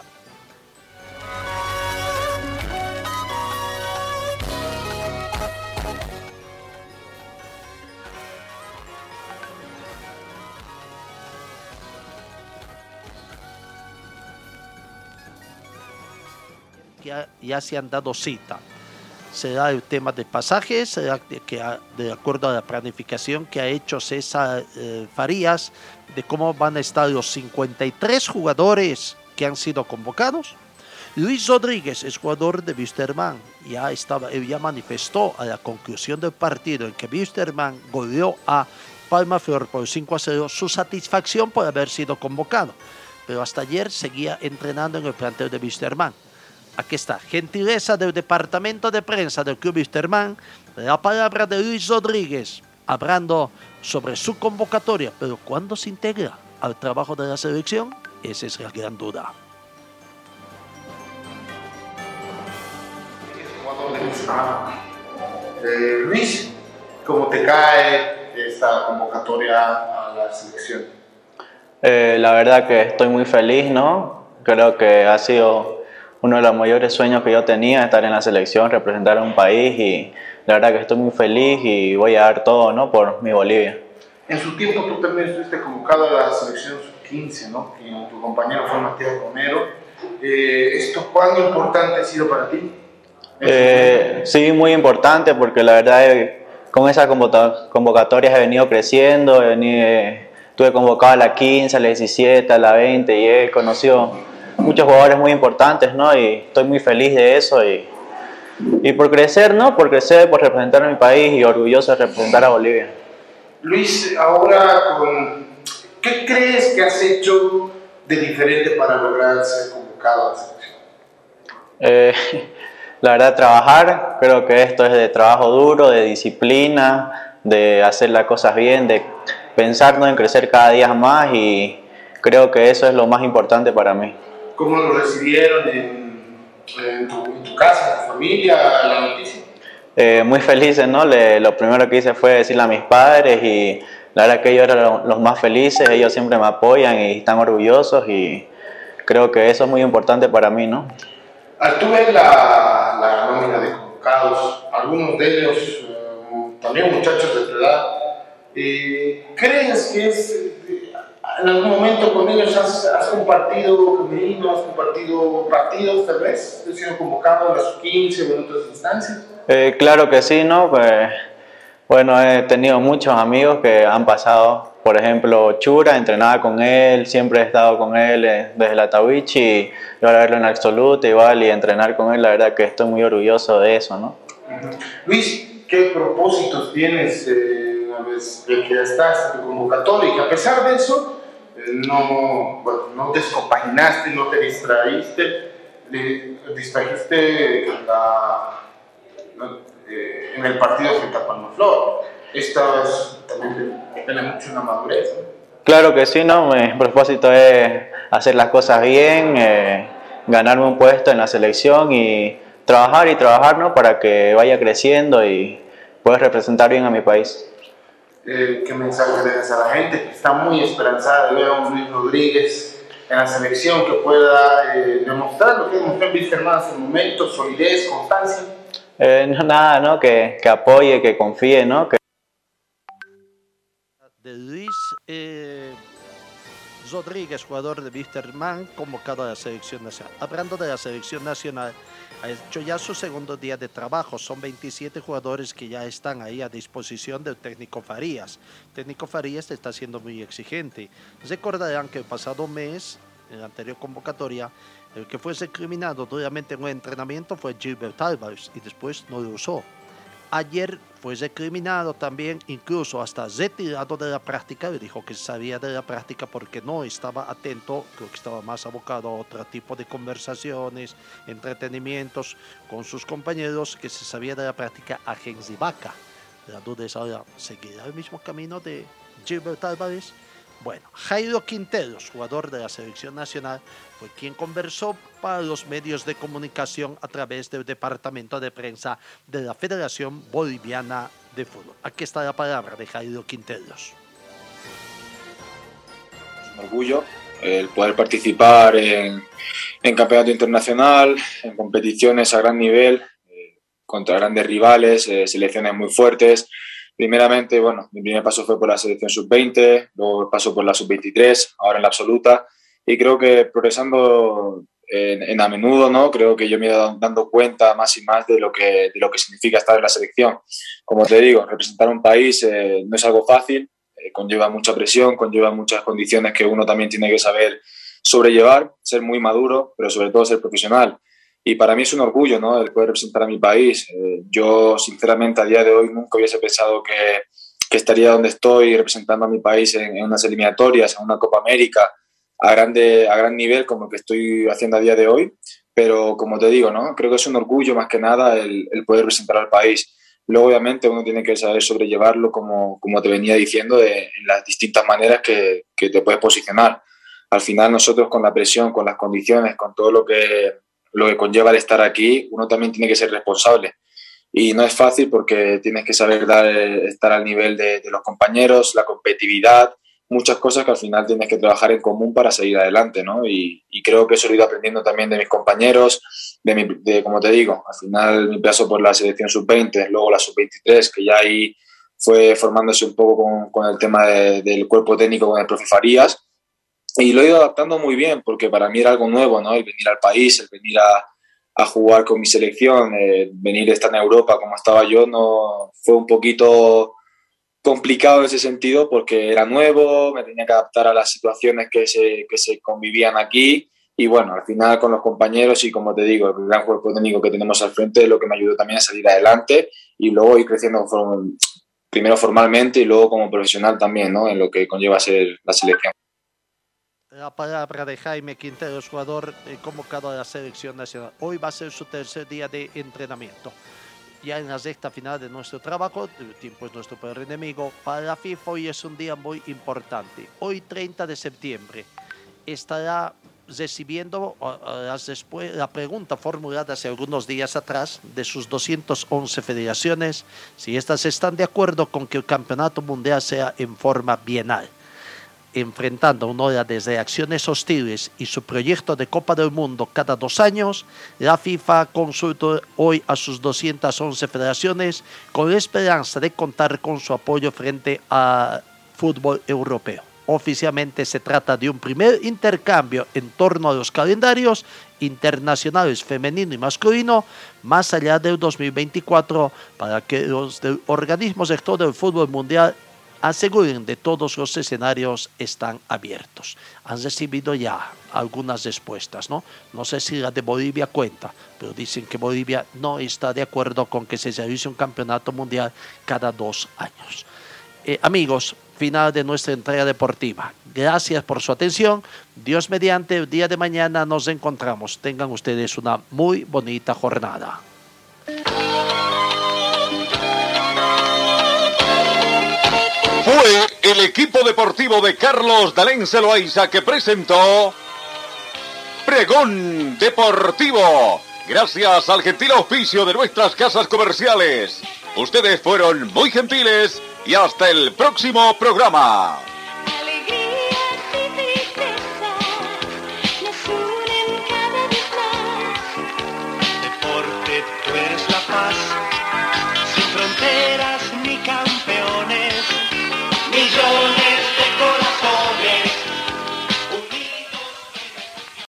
Ya, ya se han dado cita. Será el tema de pasajes, será que de acuerdo a la planificación que ha hecho César eh, Farías, de cómo van a estar los cincuenta y tres jugadores que han sido convocados. Luis Rodríguez es jugador de Wilstermann, ya, estaba, ya manifestó a la conclusión del partido en que Wilstermann goleó a Palma Flor por cinco a cero su satisfacción por haber sido convocado, pero hasta ayer seguía entrenando en el plantel de Wilstermann. Aquí está, gentileza del departamento de prensa del Club Wilstermann, la palabra de Luis Rodríguez, hablando sobre su convocatoria, pero ¿cuándo se integra al trabajo de la selección? Esa es la gran duda. Eh, Luis, ¿cómo te cae esta convocatoria a la selección? Eh, la verdad que estoy muy feliz, ¿no? Creo que ha sido uno de los mayores sueños que yo tenía, estar en la selección, representar a un país, y la verdad que estoy muy feliz y voy a dar todo, ¿no? Por mi Bolivia. En su tiempo tú también estuviste convocado a la selección sub quince, ¿no? Y tu compañero fue Matías Romero. Eh, ¿Esto cuán importante ha sido para ti? Eh, sí, muy importante, porque la verdad eh, con esas convocatorias he venido creciendo, he venido, eh, estuve convocado a la quince, a la diecisiete, a la veinte, y he conocido muchos jugadores muy importantes, ¿no? Y estoy muy feliz de eso, y, y por crecer, ¿no? Por crecer, por representar a mi país, y orgulloso de representar a Bolivia. Luis, ahora, con, ¿qué crees que has hecho de diferente para lograr ser convocado a la selección? Eh, la verdad, trabajar, creo que esto es de trabajo duro, de disciplina, de hacer las cosas bien, de pensar, ¿no? En crecer cada día más, y creo que eso es lo más importante para mí. ¿Cómo lo recibieron en, en, tu, en tu casa, en tu familia, la noticia? Eh, muy felices, ¿no? Le, lo primero que hice fue decirle a mis padres, y la verdad que ellos eran lo, los más felices, ellos siempre me apoyan y están orgullosos, y creo que eso es muy importante para mí, ¿no? Al tú ver la, la nómina de convocados, algunos de ellos, eh, también muchachos de tu edad, eh, ¿crees que es... en algún momento con ellos has, has compartido camerinos, has compartido partidos, tal vez? ¿Has sido convocado a las quince o en otras instancias? Eh, claro que sí, ¿no? Pues, bueno, he tenido muchos amigos que han pasado, por ejemplo, Chura, entrenaba con él, siempre he estado con él eh, desde la Tawichi, y ahora verlo en absoluta igual y entrenar con él, la verdad que estoy muy orgulloso de eso, ¿no? Uh-huh. Luis, ¿qué propósitos tienes eh, una vez que ya estás en tu convocatoria y que a pesar de eso no, bueno, no descompaginaste, no te distraíste, distrajiste la, la, eh, en el partido frente a Palma Flor? Esto es, también tiene mucho una madurez, ¿no? Claro que sí, ¿no? Mi propósito es hacer las cosas bien, eh, ganarme un puesto en la selección y trabajar y trabajar, ¿no? Para que vaya creciendo y pueda representar bien a mi país. Eh, ¿Qué mensaje le das a la gente que está muy esperanzada de ver a un Luis Rodríguez en la selección que pueda eh, demostrar lo que demostró en Wilstermann hasta el momento, solidez, constancia? Eh, no, nada, ¿no? Que, que apoye, que confíe, ¿no? Que... De Luis eh, Rodríguez, jugador de Wilstermann, convocado a la selección nacional. Hablando de la selección nacional, ha hecho ya su segundo día de trabajo. Son veintisiete jugadores que ya están ahí a disposición del técnico Farías. El técnico Farías está siendo muy exigente. Recordarán que el pasado mes, en la anterior convocatoria, el que fue recriminado duramente en un entrenamiento fue Gilbert Álvarez y después no lo usó. ayer fue recriminado también, incluso hasta retirado de la práctica. Dijo que sabía de la práctica porque no estaba atento, creo que estaba más abocado a otro tipo de conversaciones, entretenimientos con sus compañeros, que se sabía de la práctica a Henry Vaca. La duda es ahora, ¿seguirá el mismo camino de Gilbert Álvarez? Bueno, Jairo Quinteros, jugador de la selección nacional, fue quien conversó para los medios de comunicación a través del departamento de prensa de la Federación Boliviana de Fútbol. Aquí está la palabra de Jairo Quinteros. Es un orgullo el poder participar en, en campeonato internacional, en competiciones a gran nivel, eh, contra grandes rivales, eh, selecciones muy fuertes. Primeramente, bueno, mi primer paso fue por la selección sub veinte, luego paso por la sub veintitrés, ahora en la absoluta, y creo que progresando en, en a menudo, ¿no? Creo que yo me he ido dando cuenta más y más de lo que, de lo que significa estar en la selección. Como te digo, representar un país eh, no es algo fácil, eh, conlleva mucha presión, conlleva muchas condiciones que uno también tiene que saber sobrellevar, ser muy maduro, pero sobre todo ser profesional. Y para mí es un orgullo, ¿no?, el poder representar a mi país. Eh, yo, sinceramente, a día de hoy nunca hubiese pensado que, que estaría donde estoy representando a mi país en, en unas eliminatorias, en una Copa América, a, grande, a gran nivel como el que estoy haciendo a día de hoy. Pero, como te digo, ¿no?, creo que es un orgullo más que nada el, el poder representar al país. Luego, obviamente, uno tiene que saber sobrellevarlo, como, como te venía diciendo, de, en las distintas maneras que, que te puedes posicionar. Al final, nosotros con la presión, con las condiciones, con todo lo que... lo que conlleva el estar aquí, uno también tiene que ser responsable. Y no es fácil porque tienes que saber dar, estar al nivel de, de los compañeros, la competitividad, muchas cosas que al final tienes que trabajar en común para seguir adelante, ¿no? Y, y creo que eso lo he ido aprendiendo también de mis compañeros, de, mi, de como te digo, al final mi paso por la selección sub veinte, luego la sub veintitrés, que ya ahí fue formándose un poco con, con el tema de, del cuerpo técnico con el profe Farías. Y lo he ido adaptando muy bien, porque para mí era algo nuevo, ¿no? El venir al país, el venir a, a jugar con mi selección, eh, venir a estar en Europa como estaba yo, no fue un poquito complicado en ese sentido, porque era nuevo, me tenía que adaptar a las situaciones que se, que se convivían aquí. Y bueno, al final con los compañeros y, como te digo, el gran cuerpo técnico que tenemos al frente es lo que me ayudó también a salir adelante y luego ir creciendo primero formalmente y luego como profesional también, ¿no?, en lo que conlleva ser la selección. La palabra de Jaime Quinteros, jugador eh, convocado a la selección nacional. Hoy va a ser su tercer día de entrenamiento. Ya en la recta final de nuestro trabajo, el tiempo es nuestro peor enemigo. Para la FIFA hoy es un día muy importante. Hoy, treinta de septiembre, estará recibiendo uh, después, la pregunta formulada hace algunos días atrás de sus doscientas once federaciones, si estas están de acuerdo con que el campeonato mundial sea en forma bienal. Enfrentando una ola de reacciones hostiles y su proyecto de Copa del Mundo cada dos años, la FIFA consultó hoy a sus doscientas once federaciones con la esperanza de contar con su apoyo frente al fútbol europeo. Oficialmente se trata de un primer intercambio en torno a los calendarios internacionales femenino y masculino más allá del dos mil veinticuatro para que los del organismo rector del fútbol mundial aseguren de todos los escenarios están abiertos. Han recibido ya algunas respuestas, ¿no? No sé si la de Bolivia cuenta, pero dicen que Bolivia no está de acuerdo con que se realice un campeonato mundial cada dos años. Eh, amigos, final de nuestra entrega deportiva. Gracias por su atención. Dios mediante, el día de mañana nos encontramos. Tengan ustedes una muy bonita jornada. Fue el equipo deportivo de Carlos D'Alence Loaiza que presentó Pregón Deportivo. Gracias al gentil auspicio de nuestras casas comerciales. Ustedes fueron muy gentiles y hasta el próximo programa.